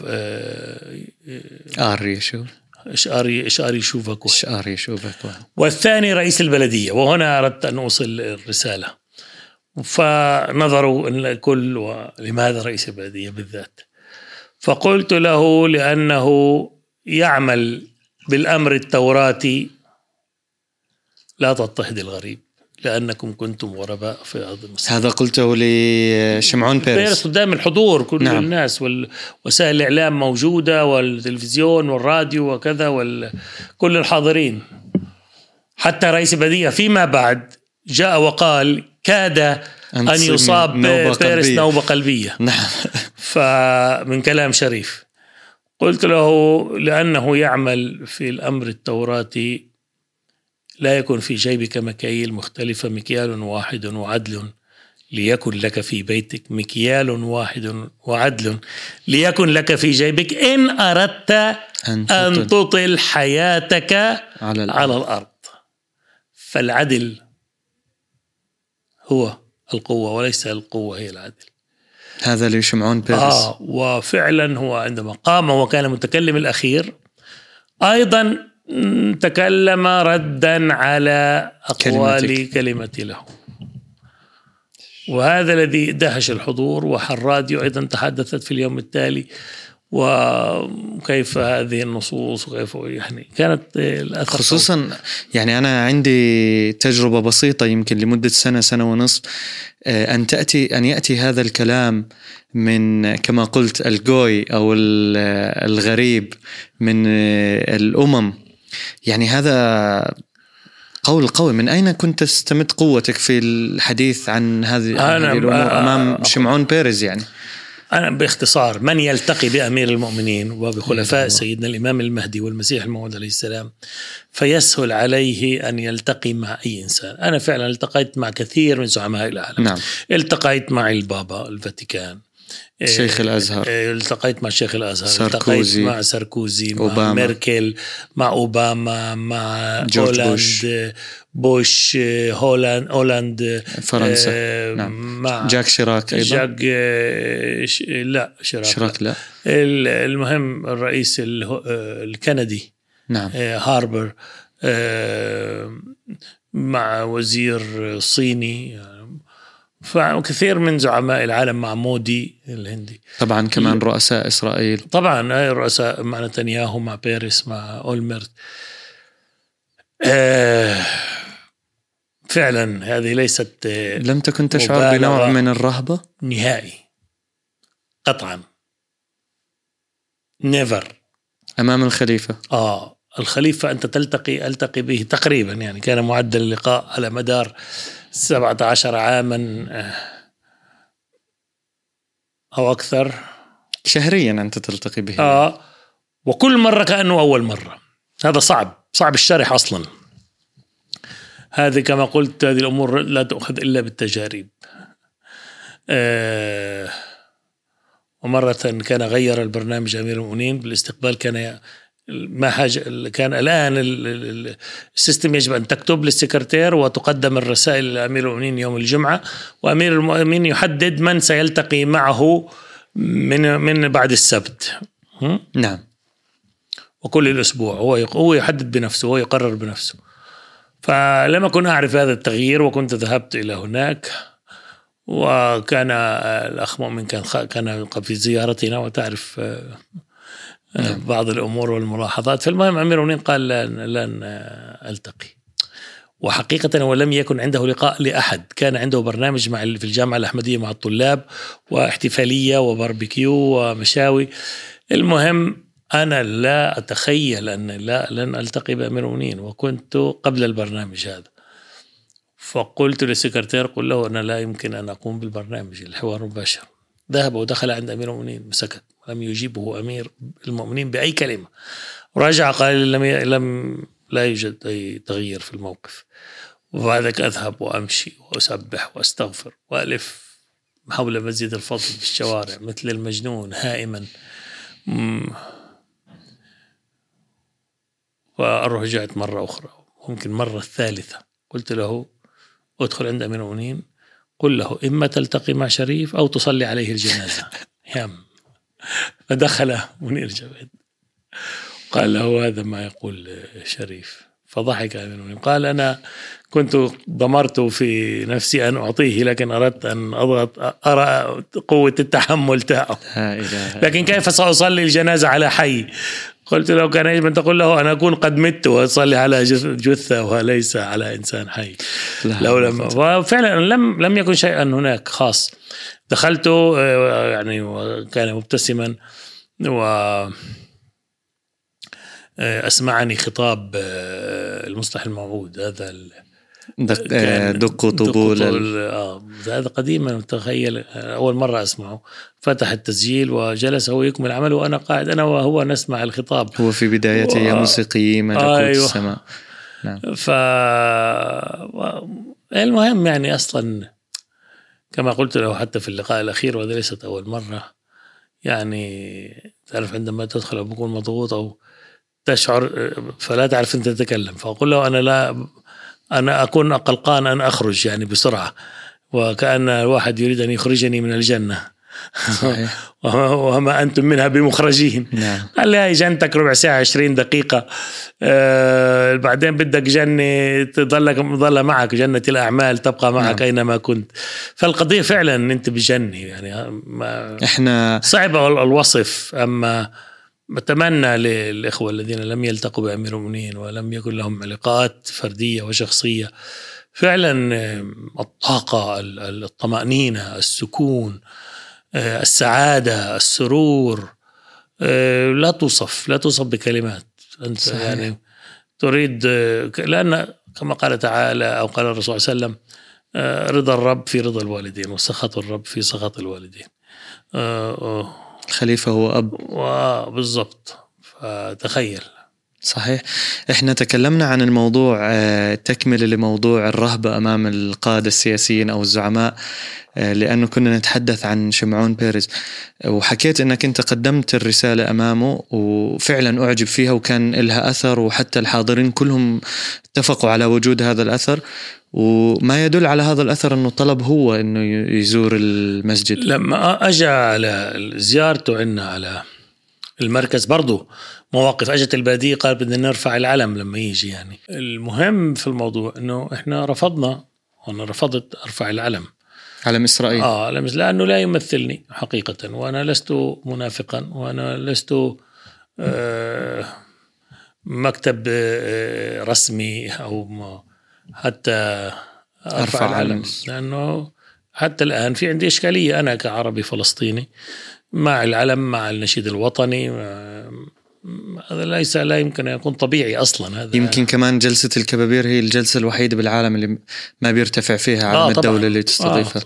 إشعاري شوفك، والثاني رئيس البلدية. وهنا أردت أن أوصل الرسالة، فنظروا الكل ولماذا رئيس البلدية بالذات؟ فقلت له لأنه يعمل بالأمر التوراتي لا تضطهد الغريب لأنكم كنتم غرباء في أرض مصر. هذا قلته لشمعون بيرس قدام الحضور كل نعم. الناس ووسائل الإعلام موجودة والتلفزيون والراديو وكذا كل الحاضرين. حتى رئيس البلدية فيما بعد جاء وقال كاد أن يصاب بيرس نوبة قلبية. نعم. فمن كلام شريف قلت له لأنه يعمل في الأمر التوراتي لا يكون في جيبك مكاييل مختلفة، مكيال واحد وعدل ليكن لك في بيتك، مكيال واحد وعدل ليكن لك في جيبك إن أردت أن تطل حياتك على الأرض. فالعدل هو القوة وليس القوة هي العدل. هذا لشمعون بيرس. وفعلا هو عندما قام وكان المتكلم الأخير أيضا تكلم ردا على أقوال كلمتي له، وهذا الذي دهش الحضور. والراديو أيضا تحدثت في اليوم التالي وكيف هذه النصوص وكيف يعني كانت الأثر خصوصا يعني أنا عندي تجربة بسيطة يمكن لمدة سنة ونصف أن يأتي هذا الكلام من كما قلت الجوي أو الغريب من الأمم. يعني هذا قول قوي. من أين كنت تستمد قوتك في الحديث عن هذه الأمور أمام شمعون بيرز؟ يعني أنا باختصار من يلتقي بأمير المؤمنين وبخلفاء سيدنا الإمام المهدي والمسيح الموعود عليه السلام فيسهل عليه أن يلتقي مع أي إنسان. أنا فعلا التقيت مع كثير من زعماء العالم. نعم. التقيت مع البابا الفاتيكان، شيخ الأزهر، التقيت مع شيخ الأزهر، ساركوزي، التقيت مع ساركوزي، مع ميركل، مع أوباما، مع هولاند بوش، هولاند فرنسا، نعم. مع جاك شيراك أيضا. لا شيراك لا. المهم الرئيس الكندي، نعم. هاربر، مع وزير صيني، فكثير من زعماء العالم، مع مودي الهندي طبعا، كمان رؤساء إسرائيل طبعا، رؤساء مع نتنياهو، مع بيرس، مع أولمرت. فعلا هذه ليست لم تكن تشعر بنوع من الرهبة نهائي قطعا never أمام الخليفة. الخليفة أنت ألتقي به تقريبا، يعني كان معدل اللقاء على مدار 17 عاما أو أكثر شهريا أنت تلتقي به. وكل مرة كأنه أول مرة. هذا صعب الشرح أصلا. هذه كما قلت هذه الأمور لا تأخذ إلا بالتجارب. ومرة كان غير البرنامج أمير المؤمنين بالاستقبال، كان ما حاجة كان الآن السيستم يجب أن تكتب للسكرتير وتقدم الرسائل لأمير المؤمنين يوم الجمعة، وأمير المؤمنين يحدد من سيلتقي معه من بعد السبت. نعم. وكل الأسبوع هو يحدد بنفسه، هو يقرر بنفسه. فلم أكن أعرف هذا التغيير، وكنت ذهبت إلى هناك، وكان الأخ مؤمن كان في زيارتنا، وتعرف بعض الأمور والملاحظات. فالمهم أمير المؤمنين قال لن ألتقي. وحقيقة هو لم يكن عنده لقاء لأحد، كان عنده برنامج في الجامعة الأحمدية مع الطلاب، واحتفالية وباربيكيو ومشاوي. المهم أنا لا أتخيل أن لن ألتقي بأمير المؤمنين، وكنت قبل البرنامج هذا. فقلت للسكرتير قل له أنا لا يمكن أن أقوم بالبرنامج الحوار المباشر. ذهب ودخل عند أمير المؤمنين وسكت، لم يجيبه أمير المؤمنين بأي كلمة. رجع قال لم لا يوجد أي تغيير في الموقف. وبعدك أذهب وأمشي وأسبح وأستغفر وألف حول مسجد الفضل بالشوارع مثل المجنون هائما. ورجعت مرة أخرى، ممكن مرة الثالثة، قلت له ادخل عند أمير المؤمنين قل له إما تلتقي مع شريف أو تصلي عليه الجنازة. فدخل منير جواد قال له هذا ما يقول شريف. فضحك أمير المؤمنين قال أنا كنت ضمرت في نفسي أن أعطيه، لكن أردت أن أرى قوة التحمل تاعه، لكن كيف سأصلي الجنازة على حي؟ قلت له كان يجب أن تقول له أنا أكون قد مت وأصلي على جثة وليس على إنسان حي. وفعلا لم يكن شيئا هناك خاص. دخلت يعني وكان مبتسما، وأسمعني خطاب المصلح الموعود، هذا دق طبول هذا قديما، تخيل أول مرة أسمعه. فتح التسجيل وجلس هو يكمل عمله، وأنا قاعد أنا وهو نسمع الخطاب. هو في بدايته يا موسيقي ملكوت السماء. نعم. المهم يعني أصلا كما قلت له حتى في اللقاء الأخير، وهذا ليست أول مرة، يعني تعرف عندما تدخل بكون مضغوط أو تشعر فلا تعرف أن تتكلم، فأقول له أنا أكون قلقان أن أخرج يعني بسرعة، وكأن الواحد يريد أن يخرجني من الجنة. وما أنتم منها بمخرجين. نعم. قال لي هاي جنتك ربع ساعة 20 دقيقة، بعدين بدك جنة تظل معك، جنة الأعمال تبقى معك. نعم. أينما كنت. فالقضية فعلا أنت بجنة، يعني إحنا صعب الوصف. أما بتمنى للإخوة الذين لم يلتقوا بأمير المؤمنين ولم يكن لهم علاقات فردية وشخصية، فعلا الطاقة، الطمأنينة، السكون، السعادة، السرور، لا توصف بكلمات. أنت صحيح. يعني تريد، لأن كما قال تعالى أو قال الرسول صلى الله عليه وسلم رضا الرب في رضا الوالدين، وسخط الرب في سخط الوالدين. الخليفة هو أب. بالضبط. فتخيل. صحيح. احنا تكلمنا عن الموضوع تكمل لموضوع الرهبة أمام القادة السياسيين أو الزعماء، لأنه كنا نتحدث عن شمعون بيريز، وحكيت أنك أنت قدمت الرسالة أمامه وفعلا أعجب فيها وكان لها أثر، وحتى الحاضرين كلهم اتفقوا على وجود هذا الأثر. وما يدل على هذا الأثر أنه طلب هو أنه يزور المسجد. لما أجى على زيارته عنا على المركز برضو مواقف، أجت البادية قال بدنا نرفع العلم لما يجي. يعني المهم في الموضوع أنه إحنا رفضنا، وأنا رفضت أرفع العلم، علم إسرائيل. لأنه لا يمثلني حقيقة، وأنا لست منافقا، وأنا لست مكتب رسمي أو حتى أرفع العلم، لأنه حتى الآن في عندي إشكالية أنا كعربي فلسطيني مع العلم، مع النشيد الوطني. هذا لا يمكن أن يكون طبيعي أصلا. هذا يمكن كمان جلسة الكبابير هي الجلسة الوحيدة بالعالم اللي ما بيرتفع فيها علم الدولة اللي تستضيفها.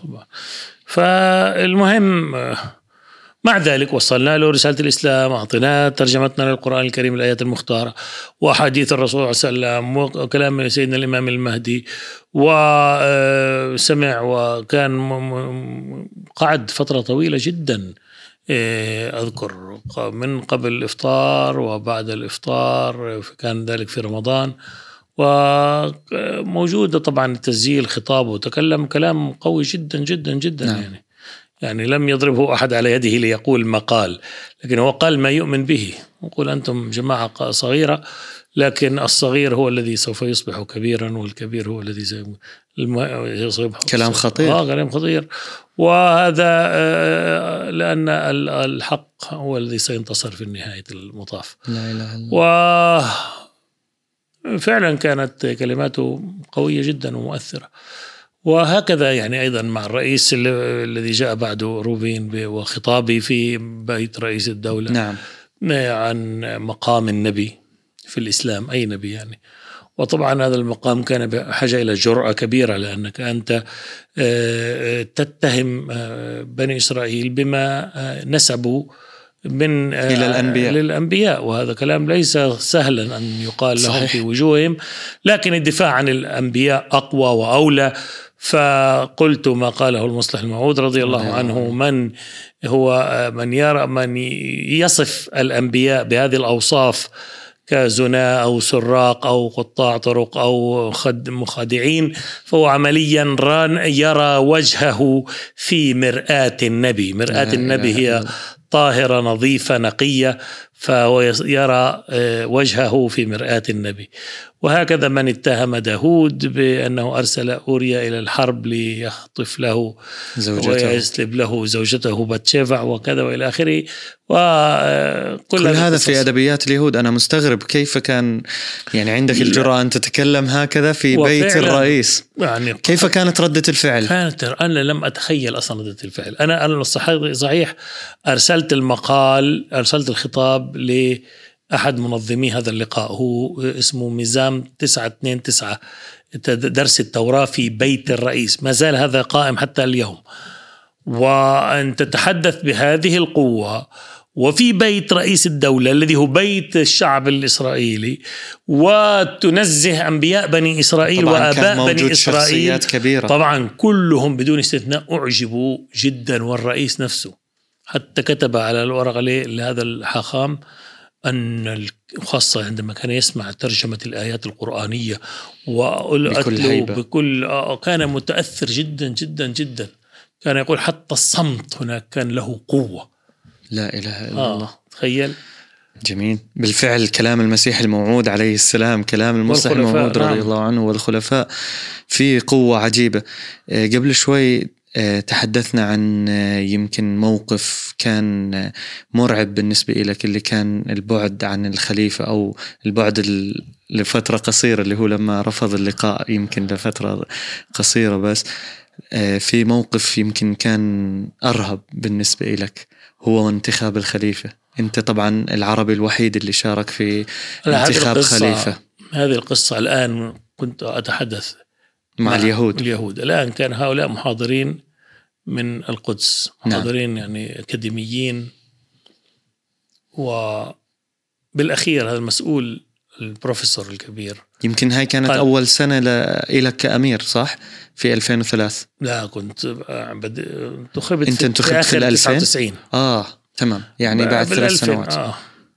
فالمهم مع ذلك وصلنا له رسالة الإسلام، أعطيناه ترجمتنا للقرآن الكريم الآيات المختارة وحديث الرسول صلى الله عليه وسلم وكلام سيدنا الإمام المهدي، وسمع وكان قعد فترة طويلة جدا أذكر من قبل الإفطار وبعد الإفطار، كان ذلك في رمضان، وموجودة طبعا تسجيل خطابه، وتكلم كلام قوي جدا جدا جدا. نعم. يعني لم يضربه أحد على يده ليقول ما قال، لكن هو قال ما يؤمن به. يقول أنتم جماعة صغيرة، لكن الصغير هو الذي سوف يصبح كبيرا، والكبير هو الذي سيصبح كلام خطير. كلام خطير. وهذا لأن الحق هو الذي سينتصر في نهاية المطاف. لا إله إلا الله. وفعلا كانت كلماته قوية جدا ومؤثرة. وهكذا يعني أيضا مع الرئيس الذي جاء بعده روبين وخطابي في بيت رئيس الدولة. نعم. عن مقام النبي في الإسلام، أي نبي يعني. وطبعا هذا المقام كان بحاجة إلى جرأة كبيرة، لأنك أنت تتهم بني إسرائيل بما نسبوا من إلى الأنبياء. للأنبياء، وهذا كلام ليس سهلا أن يقال لهم في وجوههم، لكن الدفاع عن الأنبياء أقوى وأولى. فقلت ما قاله المصلح الموعود رضي الله عنه: من هو من يصف الأنبياء بهذه الأوصاف كزنا أو سراق أو قطاع طرق أو مخادعين، فهو عمليا يرى وجهه في مرآة النبي. مرآة النبي هي طاهرة نظيفة نقية، فهو يرى وجهه في مرآة النبي. وهكذا من اتهم داود بأنه أرسل أوريا إلى الحرب ليخطف له ويسلب له زوجته باتشيفع وكذا وإلى آخره. كل هذا في أدبيات اليهود. أنا مستغرب كيف كان يعني عندك الجرأة أن تتكلم هكذا في بيت الرئيس. يعني كيف كانت ردة الفعل؟ أنا لم أتخيل أصلا ردة الفعل. أنا صحيح أرسلت الخطاب لأحد منظمي هذا اللقاء، هو اسمه ميزام 929، درس التوراة في بيت الرئيس. ما زال هذا قائم حتى اليوم. وأن تتحدث بهذه القوة وفي بيت رئيس الدولة الذي هو بيت الشعب الإسرائيلي، وتنزه أنبياء بني إسرائيل وآباء بني إسرائيل كبيرة. طبعا كلهم بدون استثناء أعجبوا جدا، والرئيس نفسه حتى كتب على الورقة لهذا الحاخام أن خاصة عندما كان يسمع ترجمة الآيات القرآنية بكل كان متأثر جدا جدا جدا. كان يقول حتى الصمت هناك كان له قوة. لا إله إلا الله. تخيل. جميل. بالفعل كلام المسيح الموعود عليه السلام، كلام المصلح الموعود رضي الله عنه والخلفاء في قوة عجيبة. قبل شوي تحدثنا عن يمكن موقف كان مرعب بالنسبة لك، اللي كان البعد عن الخليفة أو البعد لفترة قصيرة، اللي هو لما رفض اللقاء يمكن لفترة قصيرة بس. في موقف يمكن كان أرهب بالنسبة لك، هو انتخاب الخليفة. أنت طبعا العربي الوحيد اللي شارك في انتخاب خليفة. هذه القصة الآن كنت أتحدث مع اليهود. الآن كان هؤلاء محاضرين من القدس، محاضرين يعني أكاديميين. وبالأخير هذا المسؤول البروفيسور الكبير، يمكن هاي كانت أول سنة لك كأمير صح؟ في 2003. لا كنت انتخبت في 2099. تمام، يعني بعد 3 سنوات.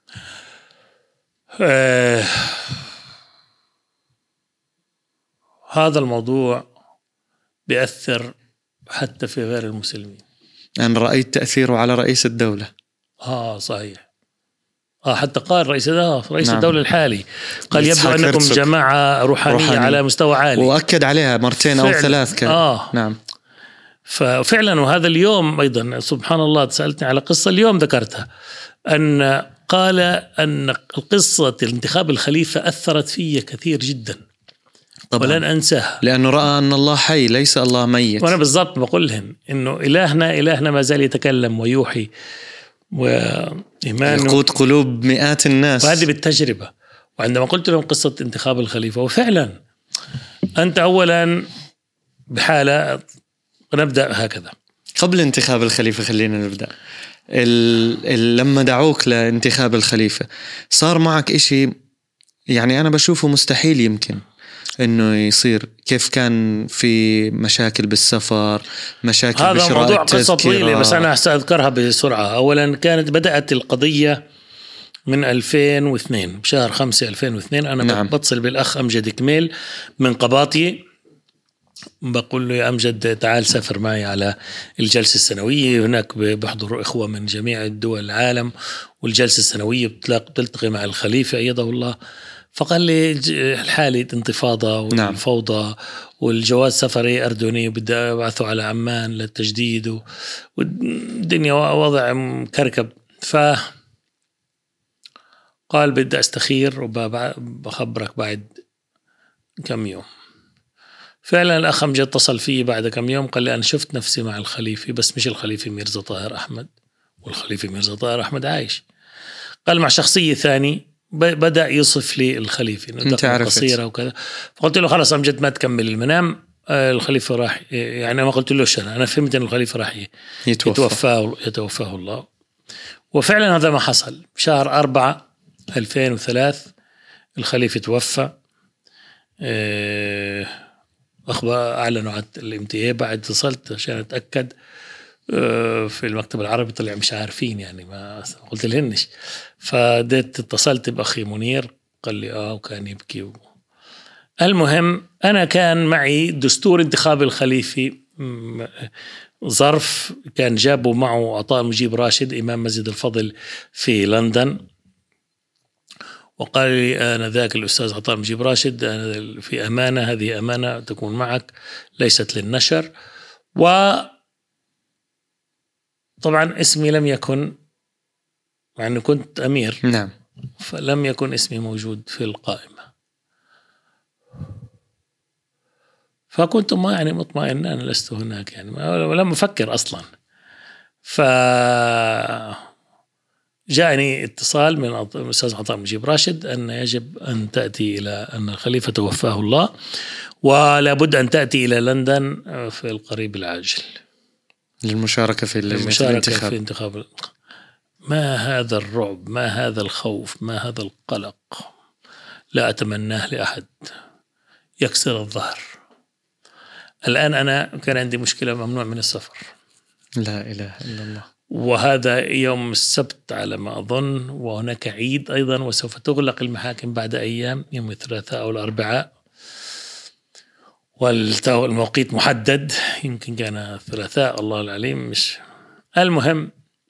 هذا الموضوع بيأثر حتى في غير المسلمين. أنا رأيت تأثيره على رئيس الدولة. صحيح. حتى قال رئيس الدولة الحالي قال يبدو أنكم جماعة روحانية على مستوى عالي، وأكد عليها مرتين أو 3 نعم. ففعلا. وهذا اليوم أيضا سبحان الله سألتني على قصة اليوم ذكرتها، أن قال أن القصة الانتخاب الخليفة أثرت فيه كثير جدا طبعا. ولن أنساها، لأنه رأى أن الله حي ليس الله ميت. وأنا بالضبط بقول لهم إنه إلهنا ما زال يتكلم ويوحي وإيمانه يقود قلوب مئات الناس، وهذه بالتجربة. وعندما قلت لهم قصة انتخاب الخليفة، وفعلا أنت أولا بحالة نبدأ هكذا. قبل انتخاب الخليفة خلينا نبدأ. لما دعوك لانتخاب الخليفة صار معك إشي يعني أنا بشوفه مستحيل يمكن، إنه يصير؟ كيف كان في مشاكل بالسفر، مشاكل هذا بشراء موضوع قصة التذكرة؟ طويلة بس أنا سأذكرها بسرعة. أولا كانت بدأت القضية من 2002 بشهر 5 2002. أنا نعم. بتصل بالأخ أمجد كميل من قباطي، بقول له يا أمجد تعال سافر معي على الجلسة السنوية، هناك بحضروا إخوة من جميع الدول العالم، والجلسة السنوية بتلتقي مع الخليفة أيده الله. فقال لي حالة انتفاضة والفوضى والجواز سفري أردني بدي أبعثه على عمان للتجديد والدنيا وضع مكركب. فقال بدي أستخير وبخبرك بعد كم يوم. فعلا الأخ أمجد اتصل فيه بعد كم يوم قال لي أنا شفت نفسي مع الخليفة، بس مش الخليفة ميرزا طاهر أحمد، والخليفة ميرزا طاهر أحمد عايش. قال مع شخصية ثانية بدأ يصف لي الخليفة إنه قصيرة وكذا. فقلت له خلاص أمجد ما تكمل المنام، الخليفة راح، يعني ما قلت له أنا فهمت أن الخليفة راح يتوفاه الله. وفعلا هذا ما حصل. شهر 4 2003 الخليفة توفى. أخبار أعلنوا عن الانتهاء. بعد اتصلت عشان أتأكد في المكتب العربي، طلع مش عارفين، يعني ما قلت لهنش. فديت اتصلت بأخي منير قال لي وكان يبكي المهم أنا كان معي دستور انتخاب الخليفة، ظرف كان جابوا معه عطاء مجيب راشد إمام مسجد الفضل في لندن، وقال لي أنا ذاك الأستاذ عطاء مجيب راشد أنا في أمانة، هذه أمانة تكون معك ليست للنشر. وطبعا اسمي لم يكن، مع أنه كنت أمير، نعم، فلم يكن اسمي موجود في القائمة. فكنت ما يعني مطمئن أنا لست هناك، يعني ولم أفكر أصلا. جاءني اتصال من الأستاذ عطاء مجيب راشد أن يجب أن تأتي إلى أن الخليفة توفاه الله، ولا بد أن تأتي إلى لندن في القريب العاجل للمشاركة في الانتخاب. ما هذا الرعب، ما هذا الخوف، ما هذا القلق، لا أتمناه لأحد، يكسر الظهر. الآن أنا كان عندي مشكلة، ممنوع من السفر. لا إله إلا الله. وهذا يوم السبت على ما أظن، وهناك عيد أيضا، وسوف تغلق المحاكم بعد أيام، يوم الثلاثاء أو الأربعاء، والموقيت محدد، يمكن كان الثلاثاء الله العليم. مش المهم.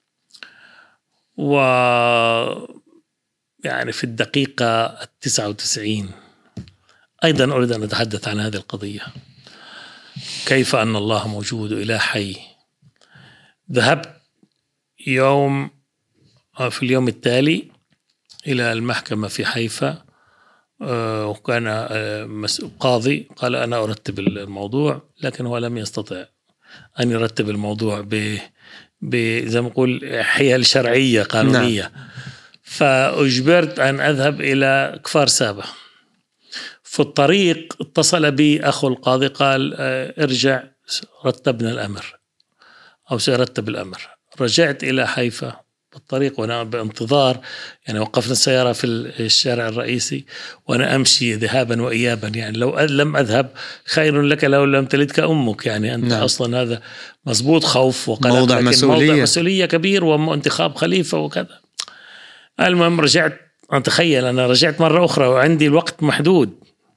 يعني في الدقيقة 99 أيضا أريد أن أتحدث عن هذه القضية، كيف أن الله موجود إله حي. ذهبت في اليوم التالي إلى المحكمة في حيفا، وكان قاضي قال أنا أرتب الموضوع، لكن هو لم يستطع أن يرتب الموضوع زي ما نقول حيل شرعية قانونية. نعم. فأجبرت أن أذهب إلى كفار سابة. في الطريق اتصل بي أخو القاضي قال ارجع، رتبنا الأمر أو سيرتب الأمر. رجعت إلى حيفا بالطريق وأنا بانتظار، يعني وقفنا السيارة في الشارع الرئيسي وأنا أمشي ذهابا وإيابا، يعني لو لم أذهب خير لك لو لم تلدك أمك، يعني أنت نعم. أصلا هذا مزبوط، خوف وقلق، موضوع مسؤولية كبير وانتخاب خليفة وكذا. المهم رجعت، أتخيل أنا رجعت مرة أخرى وعندي الوقت محدود،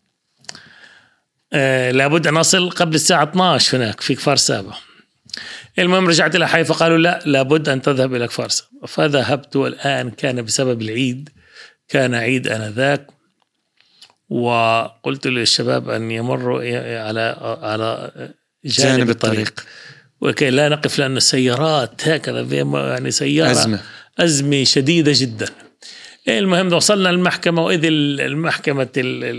لابد أن أصل قبل الساعة 12 هناك في كفار سابة. المهم رجعت إلى حيفا، قالوا لا لابد أن تذهب إلى كفار سابة. فذهبت، والآن كان بسبب العيد، كان عيد آنذاك، وقلت للشباب أن يمروا على جانب الطريق وكي لا نقف، لأن السيارات هكذا يعني سيارة أزمة شديدة جدا. المهم وصلنا المحكمة، وإذ المحكمة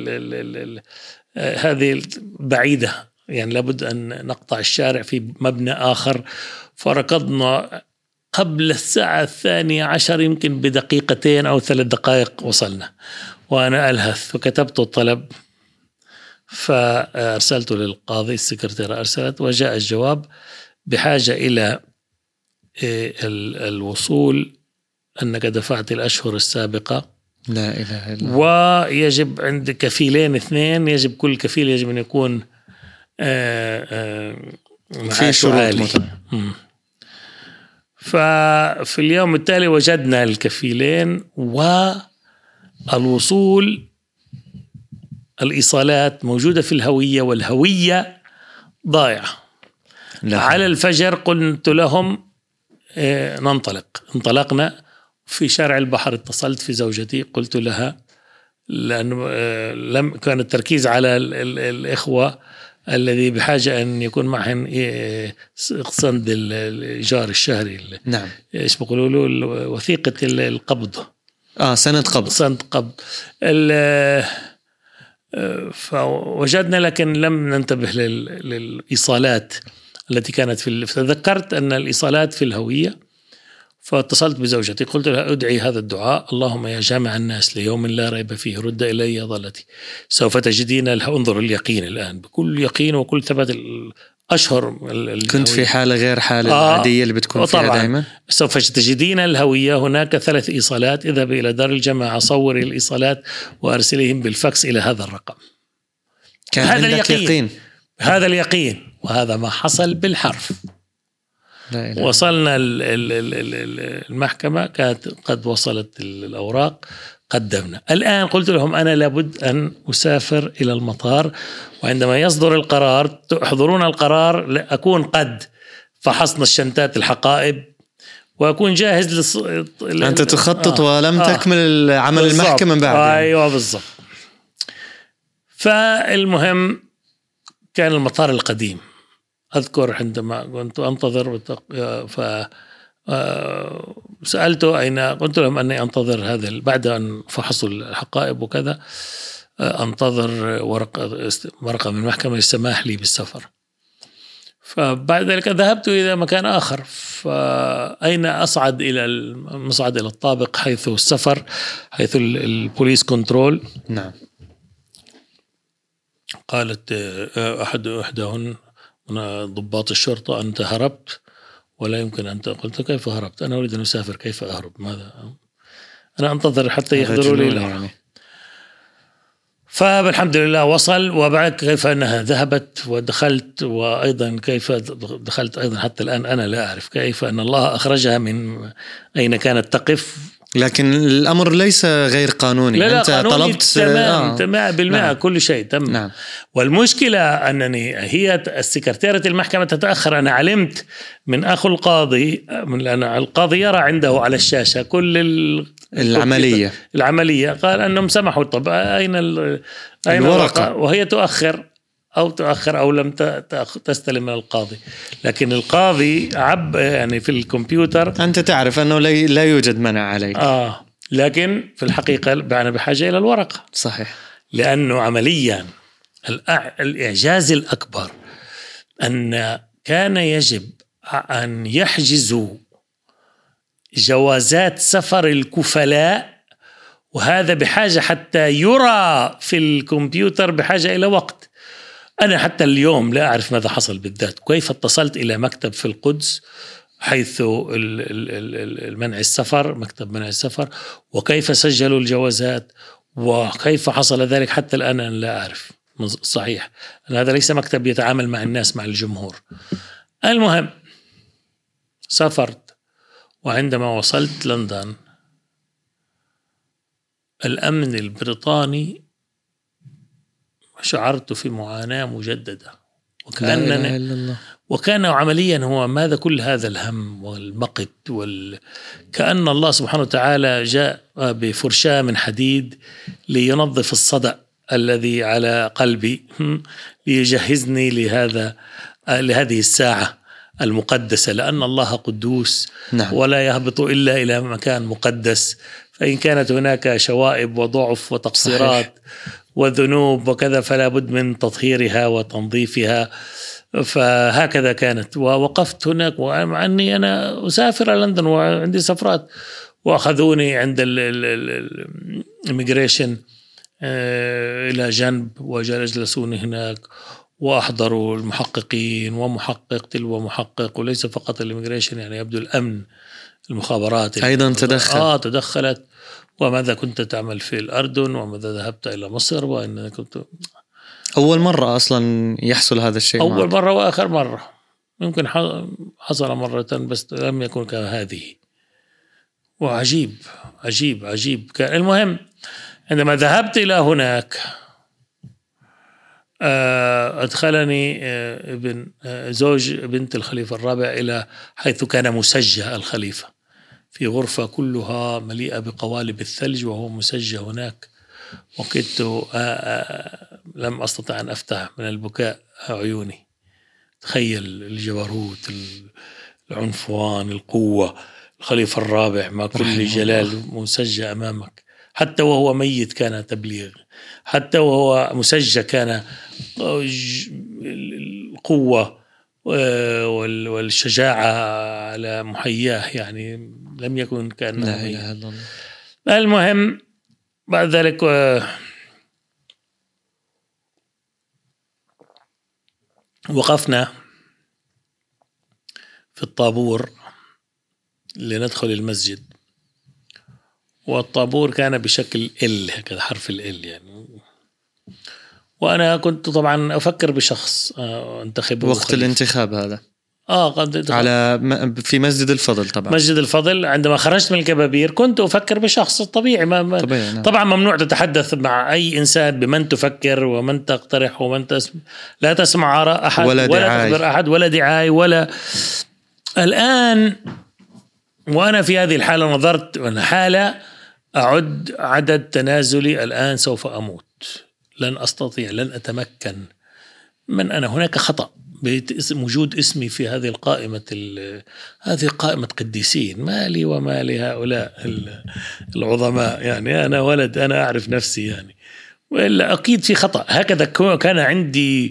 هذه بعيدة، يعني لابد أن نقطع الشارع في مبنى آخر. فركضنا قبل الساعة 12 يمكن بدقيقتين أو 3 دقائق وصلنا، وأنا ألهث، وكتبت الطلب فأرسلته للقاضي، السكرتيرة أرسلت، وجاء الجواب بحاجة إلى الوصول أنك دفعت الأشهر السابقة لا إله إلا الله. ويجب عند كفيلين 2 يجب كل كفيل يجب أن يكون في شروط ففي اليوم التالي وجدنا الكفيلين والوصول الإيصالات موجودة في الهوية والهوية ضائعة. على الفجر قلت لهم ننطلق. انطلقنا في شارع البحر. اتصلت في زوجتي قلت لها لأنه كان التركيز على الإخوة الذي بحاجة أن يكون معهم صند الإيجار الشهري. نعم. إيش بيقولوا له وثيقة القبض. سند قبض. سند قبض. فوجدنا لكن لم ننتبه للإيصالات التي كانت فتذكرت أن الإيصالات في الهوية. فاتصلت بزوجتي قلت لها أدعي هذا الدعاء: اللهم يا جامع الناس ليوم لا ريب فيه رد إلي ضالتي سوف تجدين انظر اليقين الآن بكل يقين وكل ثبات. أشهر كنت في حالة غير حالة العادية اللي بتكون فيها دائما. سوف تجدين الهوية هناك 3 إيصالات، اذهب إلى دار الجماعة صوري الإيصالات وأرسلهم بالفاكس إلى هذا الرقم. كان هذا عندك يقين. هذا اليقين وهذا ما حصل بالحرف. وصلنا المحكمة كانت قد وصلت الأوراق قدمنا. الآن قلت لهم أنا لابد أن أسافر إلى المطار وعندما يصدر القرار تحضرون القرار أكون قد فحصنا الشنطات الحقائب وأكون جاهز أنت تخطط ولم تكمل عمل المحكمة بعد. أيوة بالضبط. فالمهم كان المطار القديم. أذكر عندما كنت أنتظر سألته أين، قلت لهم أني أنتظر هذا بعد أن فحصوا الحقائب وكذا أنتظر ورقة من المحكمة للسماح لي بالسفر. فبعد ذلك ذهبت إلى مكان آخر. فأين أصعد إلى المصعد إلى الطابق حيث السفر حيث البوليس كنترول. نعم. قالت أحدهن ضباط الشرطة أنت هربت ولا يمكن أن. قلت كيف هربت؟ أنا أريد أن أسافر كيف أهرب؟ ماذا أنا أنتظر حتى يحضروا لي يعني. فالحمد لله وصل. وبعد كيف أنها ذهبت ودخلت وأيضا كيف دخلت أيضا حتى الآن أنا لا أعرف كيف أن الله أخرجها من أين كانت تقف. لكن الأمر ليس غير قانوني. لا أنت طلبت تمام 100% نعم. كل شيء تم. نعم. والمشكلة أنني هي السكرتيرة المحكمة تتأخر. أنا علمت من أخو القاضي لأن القاضي يرى عنده على الشاشة كل العملية قال أنهم سمحوا. طب أين الورقة؟ وهي تؤخر أو لم تستلم من القاضي. لكن القاضي يعني في الكمبيوتر أنت تعرف أنه لا يوجد منع عليك. لكن في الحقيقة أنا بحاجة إلى الورقة. صحيح. لأنه عمليا الإعجاز الأكبر أن كان يجب أن يحجزوا جوازات سفر الكفلاء وهذا بحاجة حتى يرى في الكمبيوتر بحاجة إلى وقت. أنا حتى اليوم لا أعرف ماذا حصل بالذات. كيف اتصلت إلى مكتب في القدس حيث المنع السفر مكتب منع السفر وكيف سجلوا الجوازات وكيف حصل ذلك حتى الآن أنا لا أعرف. صحيح أن هذا ليس مكتب يتعامل مع الناس مع الجمهور. المهم سافرت وعندما وصلت لندن الأمن البريطاني شعرت في معاناة مجددة وكان عمليا هو ماذا كل هذا الهم والمقت كأن الله سبحانه وتعالى جاء بفرشاة من حديد لينظف الصدأ الذي على قلبي ليجهزني لهذه الساعة المقدسة لأن الله قدوس. نعم. ولا يهبط إلا إلى مكان مقدس. فإن كانت هناك شوائب وضعف وتقصيرات وذنوب وكذا فلا بد من تطهيرها وتنظيفها. فهكذا كانت. ووقفت هناك ومع أني أنا أسافر لندن وعندي سفرات وأخذوني عند الإميغريشن إلى جنب وجلسوني هناك وأحضروا المحققين ومحقق تلو محقق وليس فقط الإميغريشن يعني يبدو الأمن المخابرات أيضا تدخلت. تدخلت وماذا كنت تعمل في الأردن، وماذا ذهبت إلى مصر، وإن كنت أول مرة أصلا يحصل هذا الشيء أول معك. مرة وآخر مرة، يمكن حصل مرة بس لم يكن كهذه. وعجيب عجيب عجيب كان. المهم عندما ذهبت إلى هناك أدخلني ابن زوج بنت الخليفة الرابع إلى حيث كان مسجى الخليفة في غرفة كلها مليئة بقوالب الثلج، وهو مسجى هناك. وكنت لم أستطع أن أفتح من البكاء عيوني. تخيل الجبروت، العنفوان، القوة، الخليفة الرابع مع كل جلال مسجى أمامك. حتى وهو ميت كان تبليغ، حتى وهو مسجى كان القوة والشجاعة على محياه، يعني لم يكن كأنه لا إله إلا الله. المهم بعد ذلك وقفنا في الطابور لندخل المسجد، والطابور كان بشكل ال، هكذا حرف ال يعني. وأنا كنت طبعا أفكر بشخص انتخبه وقت الانتخاب هذا قد على في مسجد الفضل. طبعا مسجد الفضل عندما خرجت من الكبابير كنت أفكر بشخص طبيعي. طبيعي نعم. طبعا ممنوع تتحدث مع أي إنسان بمن تفكر ومن تقترح ومن لا تسمع آراء أحد ولا تخبر أحد ولا دعاية ولا. الآن وأنا في هذه الحالة نظرت أن حالة أعد عدد تنازلي، الآن سوف أموت، لن أستطيع، لن أتمكن من أنا. هناك خطأ بوجود اسمي في هذه القائمة، هذه قائمة قديسين، ما لي وما لهؤلاء العظماء، يعني أنا ولد، أنا أعرف نفسي يعني، وإلا أكيد في خطأ. هكذا كان عندي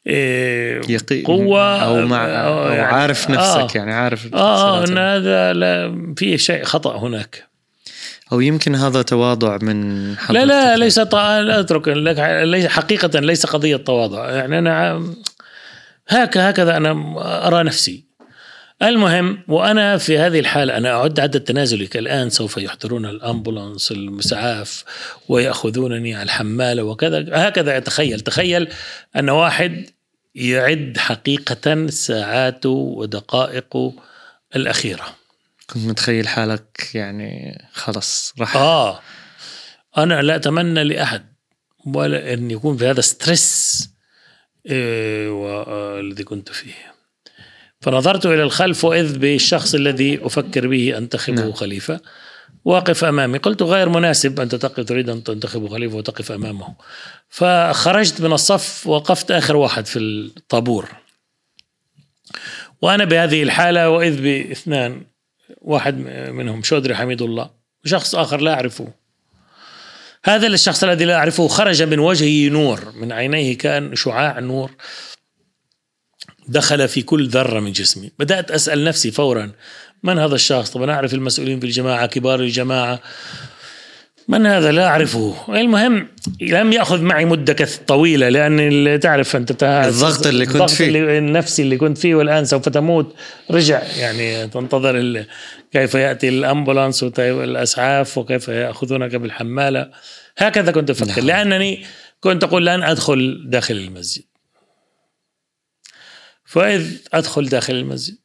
قوة أو عارف نفسك يعني عارف أن هذا لا، في شيء خطأ هناك. أو يمكن هذا تواضع من حضرتك. لا ليس أترك لك حقيقة، ليس قضية تواضع، يعني أنا هكذا أنا أرى نفسي. المهم وأنا في هذه الحالة أنا أعد عدد تنازلي الآن، سوف يحضرون الأمبولانس المسعاف ويأخذونني على الحمالة وكذا. هكذا تخيل أن واحد يعد حقيقة ساعاته ودقائقه الأخيرة. كنت متخيل حالك يعني خلص راح. أنا لا أتمنى لأحد ولا أن يكون في هذا ستريس والذي كنت فيه. فنظرت إلى الخلف وإذ بالشخص الذي أفكر به أنتخبه خليفة واقف أمامي. قلت غير مناسب أن تريد أن تنتخب خليفة وتقف أمامه. فخرجت من الصف، وقفت آخر واحد في الطابور، وأنا بهذه الحالة وإذ باثنان، واحد منهم شودري حميد الله، وشخص آخر لا أعرفه. هذا الشخص الذي لا أعرفه خرج من وجهه نور، من عينيه كان شعاع نور دخل في كل ذرة من جسمي. بدأت أسأل نفسي فورا من هذا الشخص؟ طبعا أعرف المسؤولين في الجماعة، كبار الجماعة، من هذا؟ لا أعرفه. المهم لم يأخذ معي مدة طويلة، لأن تعرف أنت الضغط اللي كنت فيه، النفسي اللي كنت فيه، والآن سوف تموت. رجع يعني تنتظر كيف يأتي الأمبولانس والأسعاف وكيف يأخذونك بالحمالة. هكذا كنت أفكر، لأنني كنت أقول لن أدخل داخل المسجد. فإذ أدخل داخل المسجد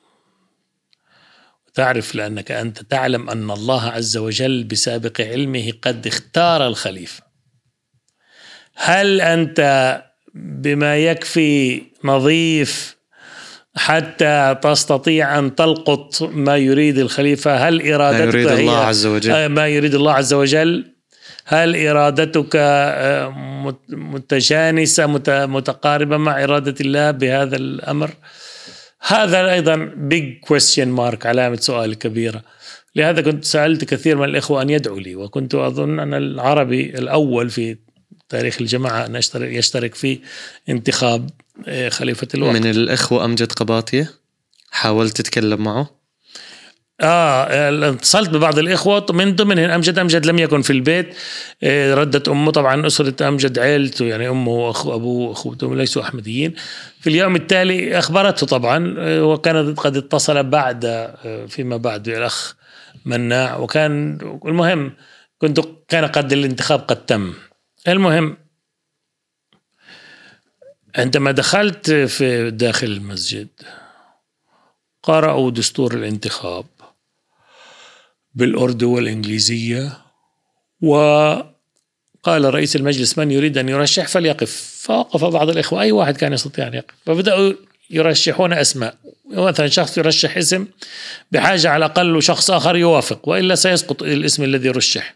تعرف، لأنك أنت تعلم أن الله عز وجل بسابق علمه قد اختار الخليفة. هل أنت بما يكفي نظيف حتى تستطيع أن تلقط ما يريد الخليفة؟ هل إرادتك يريد الله عز وجل ما يريد الله عز وجل؟ هل إرادتك متجانسة متقاربة مع إرادة الله بهذا الأمر؟ هذا أيضا big question mark، علامة سؤال كبيرة. لهذا كنت سألت كثير من الإخوة أن يدعوا لي، وكنت أظن أن العربي الأول في تاريخ الجماعة أن يشترك في انتخاب خليفة الوقت. من الإخوة أمجد قباطية حاولت تتكلم معه؟ اتصلت ببعض الإخوة، من ضمنهم أمجد لم يكن في البيت. ردت أمه، طبعا أسرة أمجد عائلته يعني أمه وأبوه وأخوته ليسوا أحمديين. في اليوم التالي أخبرته طبعا، وكانت قد اتصل فيما بعد الأخ مناع. وكان المهم كان قد الانتخاب قد تم. المهم عندما دخلت في داخل المسجد قرأوا دستور الانتخاب بالأردو والإنجليزية، وقال رئيس المجلس من يريد أن يرشح فليقف، فوقف بعض الإخوة، أي واحد كان يستطيع أن يقف، فبدأوا يرشحون أسماء. مثلا شخص يرشح اسم بحاجة على الأقل شخص آخر يوافق، وإلا سيسقط الاسم الذي رشح.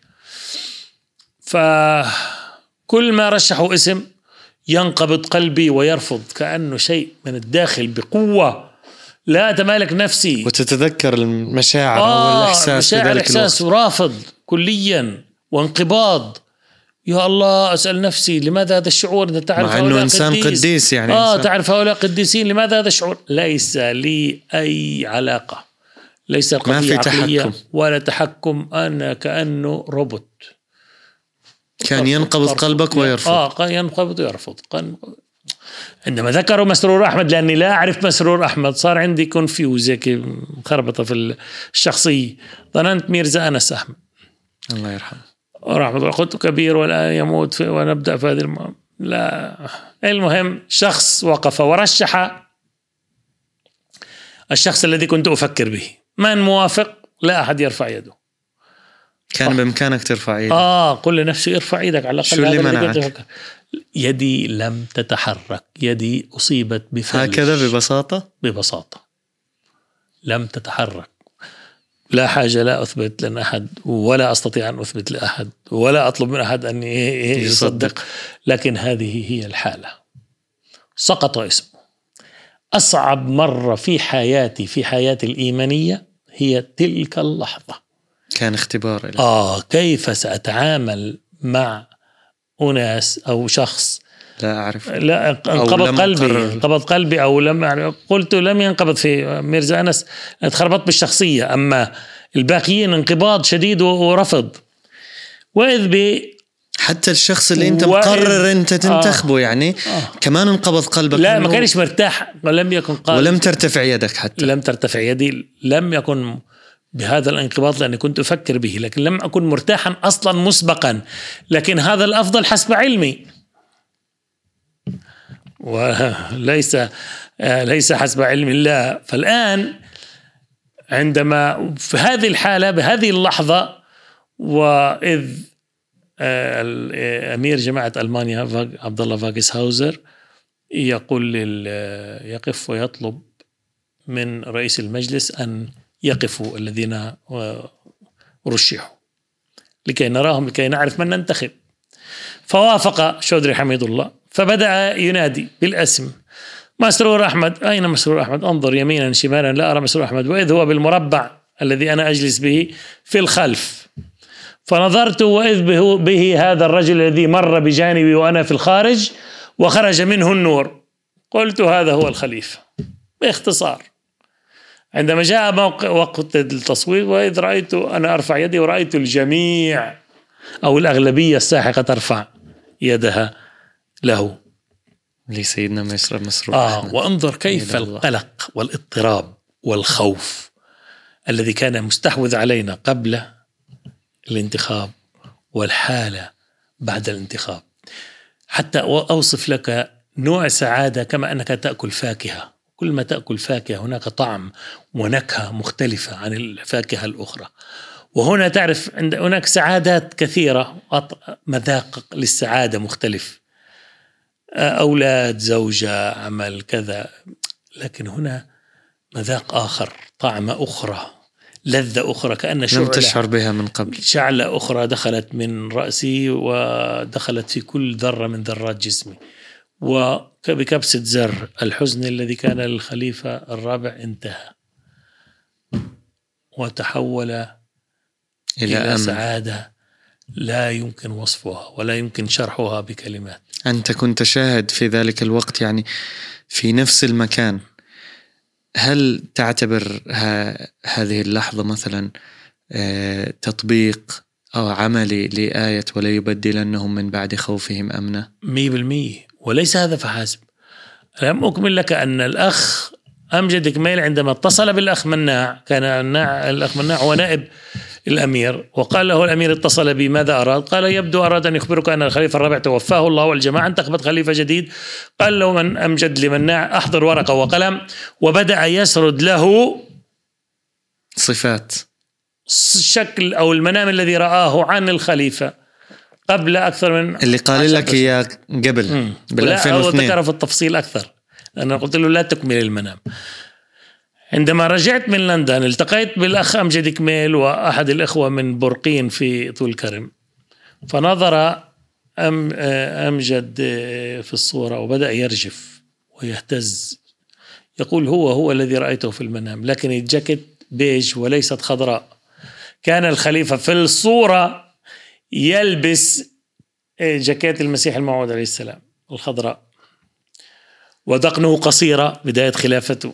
فكل ما رشحوا اسم ينقبض قلبي ويرفض، كأنه شيء من الداخل بقوة لا أتمالك نفسي، وتتذكر المشاعر والإحساس في ذلك الوقت، ورافض كليا وانقباض. يا الله، أسأل نفسي لماذا هذا الشعور؟ أنت تعرف مع أنه إنسان قديس يعني تعرف هؤلاء قديسين، لماذا هذا الشعور؟ ليس لي أي علاقة، ليس القضية عقلية ولا تحكم، أنا كأنه روبوت. كان ينقبض قلبك ويرفض. ينقبض ويرفض. عندما ذكروا مسرور أحمد، لأني لا أعرف مسرور أحمد، صار عندي كونفيوز هيك خربطة في الشخصية، ظننت ميرزا أنس أحمد الله يرحمه رحمة الله. قلت كبير والآن يموت ونبدأ في هذه لا. المهم شخص وقف ورشح الشخص الذي كنت أفكر به. من موافق؟ لا أحد يرفع يده. كان بإمكانك ترفع يدك. قل لنفسي ارفع يدك على الأقل. شو اللي منعك؟ يدي لم تتحرك، يدي أصيبت بفلج. هكذا ببساطة لم تتحرك. لا حاجة لا أثبت لأن أحد، ولا أستطيع أن أثبت لأحد، ولا أطلب من أحد أن يصدق، لكن هذه هي الحالة. سقط اسمه. أصعب مرة في حياتي الإيمانية هي تلك اللحظة. كان اختبار كيف سأتعامل مع أناس أو شخص لا أعرف، لا انقبض قلبي أو لم قلت لم ينقبض في ميرزا أنس، اتخربط بالشخصية، أما الباقيين انقباض شديد ورفض. وإذ حتى الشخص اللي أنت مقرر أنت تنتخبه يعني كمان انقبض قلبك. لا، ما كانش مرتاح، ولم يكن قادر، ولم ترتفع يدك، حتى لم ترتفع يدي، لم يكن بهذا الانقباض لأني كنت أفكر به، لكن لم أكن مرتاحا أصلا مسبقا، لكن هذا الأفضل حسب علمي، وليس حسب علم الله. فالآن عندما في هذه الحالة بهذه اللحظة، وإذ أمير جماعة ألمانيا عبد الله فاغسهاوزر يقول يقف ويطلب من رئيس المجلس أن يقفوا الذين رشحوا لكي نراهم، لكي نعرف من ننتخب. فوافق شودري حميد الله، فبدأ ينادي بالاسم: مسرور أحمد، أين مسرور أحمد؟ انظر يمينا شمالا لا أرى مسرور أحمد، وإذ هو بالمربع الذي أنا أجلس به في الخلف. فنظرت وإذ به هذا الرجل الذي مر بجانبي وأنا في الخارج وخرج منه النور. قلت هذا هو الخليفة باختصار. عندما جاء وقت التصويت، وإذ رأيت أنا أرفع يدي ورأيت الجميع أو الأغلبية الساحقة ترفع يدها له لسيدنا مسرور أحمد. وانظر كيف القلق والاضطراب والخوف الذي كان مستحوذ علينا قبل الانتخاب والحالة بعد الانتخاب. حتى أوصف لك نوع سعادة كما أنك تأكل فاكهة، كل ما تأكل فاكهة هناك طعم ونكهة مختلفة عن الفاكهة الأخرى، وهنا تعرف هناك سعادات كثيرة، مذاق للسعادة مختلف، أولاد، زوجة، عمل، كذا، لكن هنا مذاق آخر، طعمة أخرى، لذة أخرى، كأن لم تشعر بها من قبل. شعلة أخرى دخلت من رأسي ودخلت في كل ذرة من ذرات جسمي، وبكبسة زر الحزن الذي كان للخليفة الرابع انتهى وتحول إلى سعادة لا يمكن وصفها ولا يمكن شرحها بكلمات. أنت كنت شاهد في ذلك الوقت يعني في نفس المكان. هل تعتبر هذه اللحظة مثلا تطبيق أو عملي لآية ولا يبدلنهم من بعد خوفهم أمنا؟ 100%. وليس هذا فحسب. لم أكمل لك أن الأخ أمجد كميل عندما اتصل بالأخ مناع، كان الأخ مناع هو نائب الأمير وقال له الأمير اتصل بي ماذا أراد؟ قال يبدو أراد أن يخبرك أن الخليفة الرابع توفاه الله والجماعة انتخبت خليفة جديد. قال له من أمجد لمناع أحضر ورقة وقلم، وبدأ يسرد له صفات الشكل أو المنام الذي رآه عن الخليفة قبل أكثر من اللي قال لك إياه قبل بال2002. ذكر في التفصيل أكثر. أنا قلت له لا تكمل المنام. عندما رجعت من لندن التقيت بالأخ أمجد كميل وأحد الإخوة من برقين في طول كرم، فنظر أمجد في الصورة وبدأ يرجف ويهتز، يقول هو الذي رأيته في المنام، لكن الجاكيت بيج وليست خضراء. كان الخليفة في الصورة يلبس جاكيت المسيح الموعود عليه السلام الخضراء، ودقنه قصيرة بداية خلافته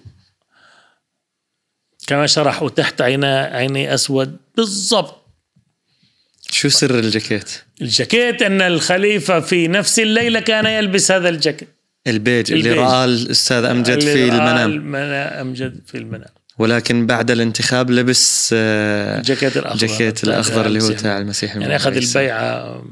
كما شرح، وتحت عيني أسود بالضبط. شو سر الجاكيت؟ الجاكيت أن الخليفة في نفس الليلة كان يلبس هذا الجاكيت البيج اللي رأى الأستاذ أمجد في المنام. أمجد في المنام، ولكن بعد الانتخاب لبس الجاكيت الأخضر اللي هو تاع المسيح يعني أخذ البيعة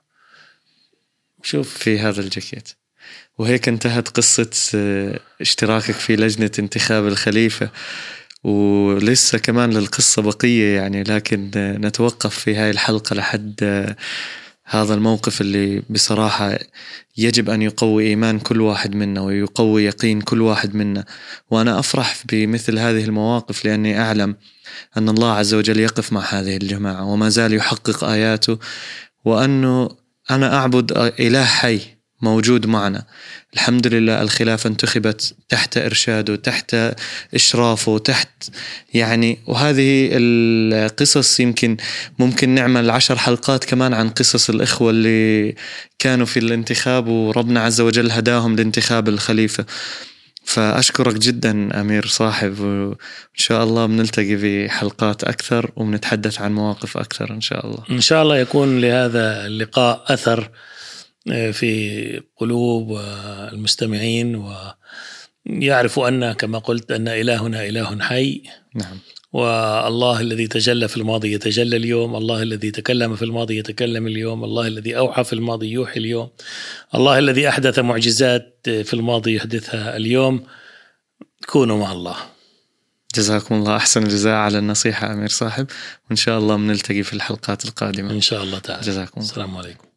شوف في هذا الجاكيت. وهيك انتهت قصة اشتراكك في لجنة انتخاب الخليفة، ولسه كمان للقصة بقية يعني، لكن نتوقف في هاي الحلقة لحد هذا الموقف اللي بصراحة يجب أن يقوي إيمان كل واحد منا ويقوي يقين كل واحد منا. وأنا أفرح بمثل هذه المواقف لأني أعلم أن الله عز وجل يقف مع هذه الجماعة وما زال يحقق آياته، وأنه أنا أعبد إله حي موجود معنا. الحمد لله الخلافة انتخبت تحت إرشاده، تحت إشرافه، تحت يعني. وهذه القصص ممكن نعمل 10 حلقات كمان عن قصص الإخوة اللي كانوا في الانتخاب وربنا عز وجل هداهم لانتخاب الخليفة. فأشكرك جدا أمير صاحب، وإن شاء الله بنلتقي في حلقات أكثر وبنتحدث عن مواقف أكثر إن شاء الله. إن شاء الله يكون لهذا اللقاء أثر في قلوب المستمعين، ويعرفوا أن كما قلت أن إلهنا إله حي. نعم. والله الذي تجلى في الماضي يتجلى اليوم، الله الذي تكلم في الماضي يتكلم اليوم، الله الذي أوحى في الماضي يوحي اليوم، الله الذي أحدث معجزات في الماضي يحدثها اليوم. كونوا مع الله. جزاكم الله أحسن الجزاء على النصيحة أمير صاحب، وإن شاء الله بنلتقي في الحلقات القادمة إن شاء الله تعالى. جزاكم الله. السلام عليكم.